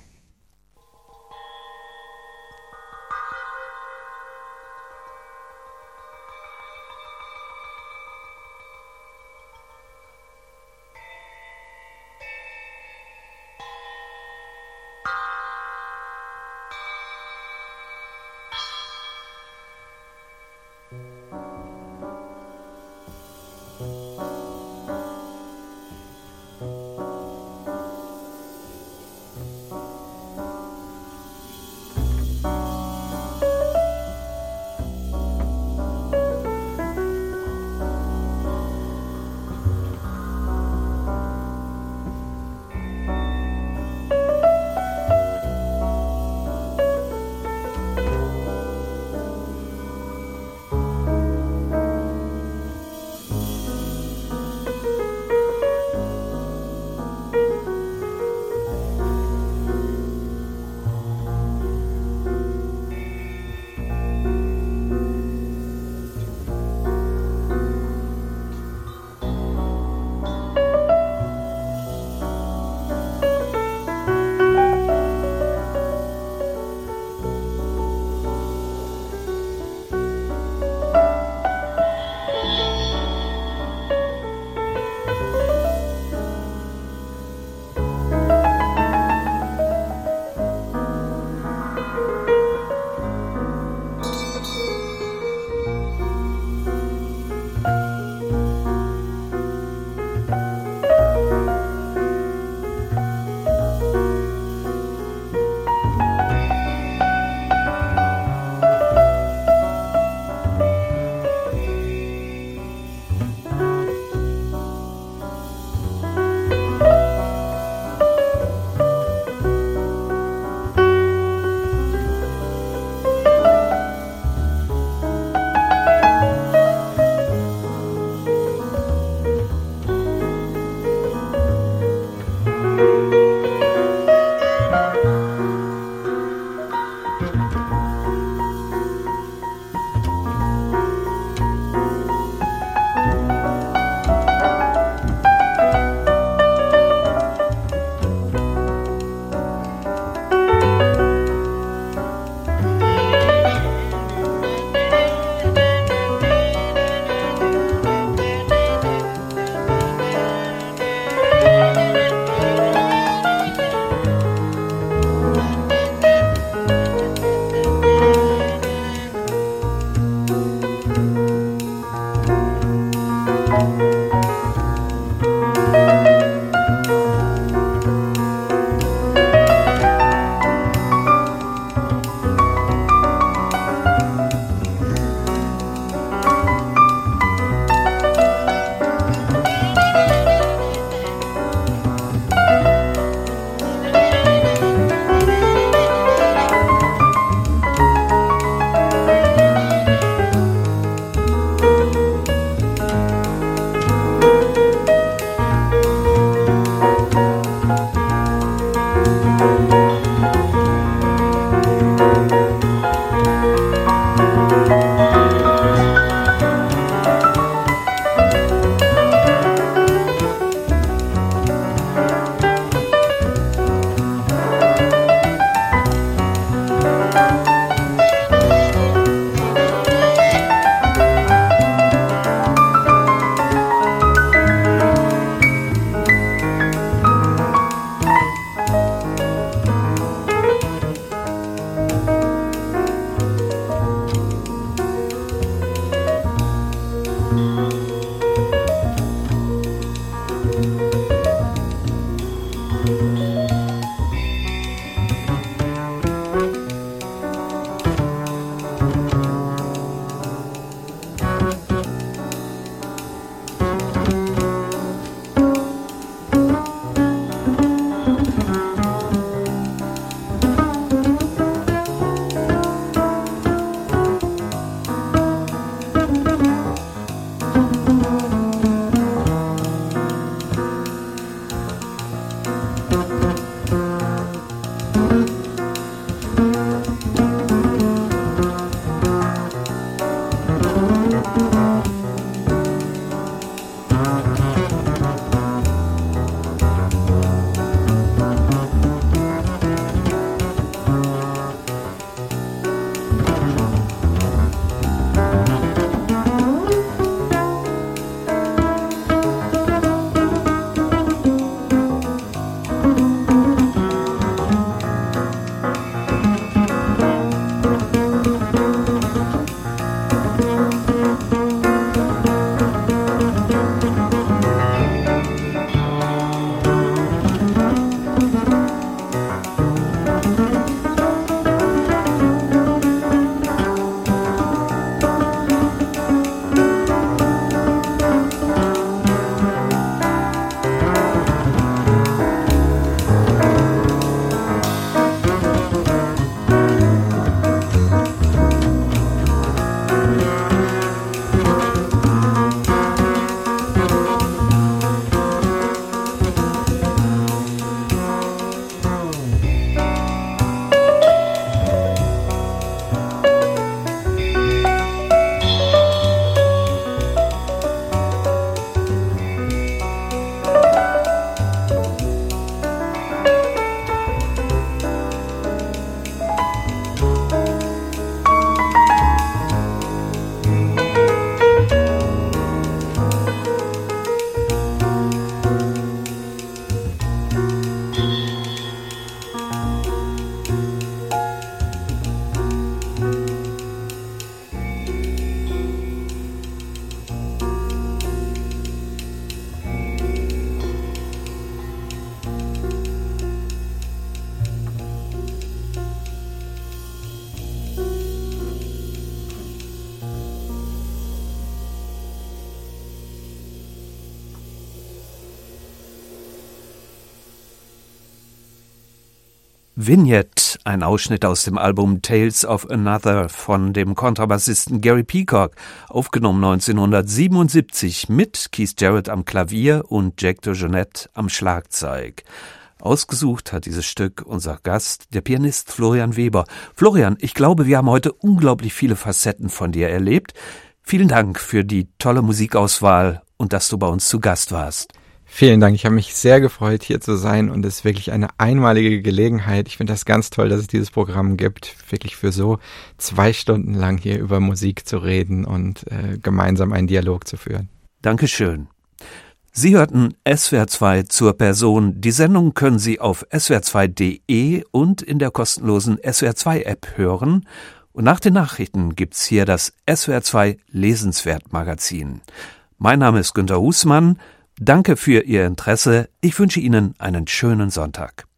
Vignette, ein Ausschnitt aus dem Album Tales of Another von dem Kontrabassisten Gary Peacock, aufgenommen neunzehnhundertsiebenundsiebzig mit Keith Jarrett am Klavier und Jack DeJohnette am Schlagzeug. Ausgesucht hat dieses Stück unser Gast, der Pianist Florian Weber. Florian, ich glaube, wir haben heute unglaublich viele Facetten von dir erlebt. Vielen Dank für die tolle Musikauswahl und dass du bei uns zu Gast warst. Vielen Dank, ich habe mich sehr gefreut, hier zu sein und es ist wirklich eine einmalige Gelegenheit. Ich finde das ganz toll, dass es dieses Programm gibt, wirklich für so zwei Stunden lang hier über Musik zu reden und äh, gemeinsam einen Dialog zu führen. Dankeschön. Sie hörten S W R zwei zur Person. Die Sendung können Sie auf S W R zwei Punkt de und in der kostenlosen S W R zwei App hören. Und nach den Nachrichten gibt's hier das S W R zwei Lesenswert-Magazin. Mein Name ist Günter Husmann. Danke für Ihr Interesse. Ich wünsche Ihnen einen schönen Sonntag.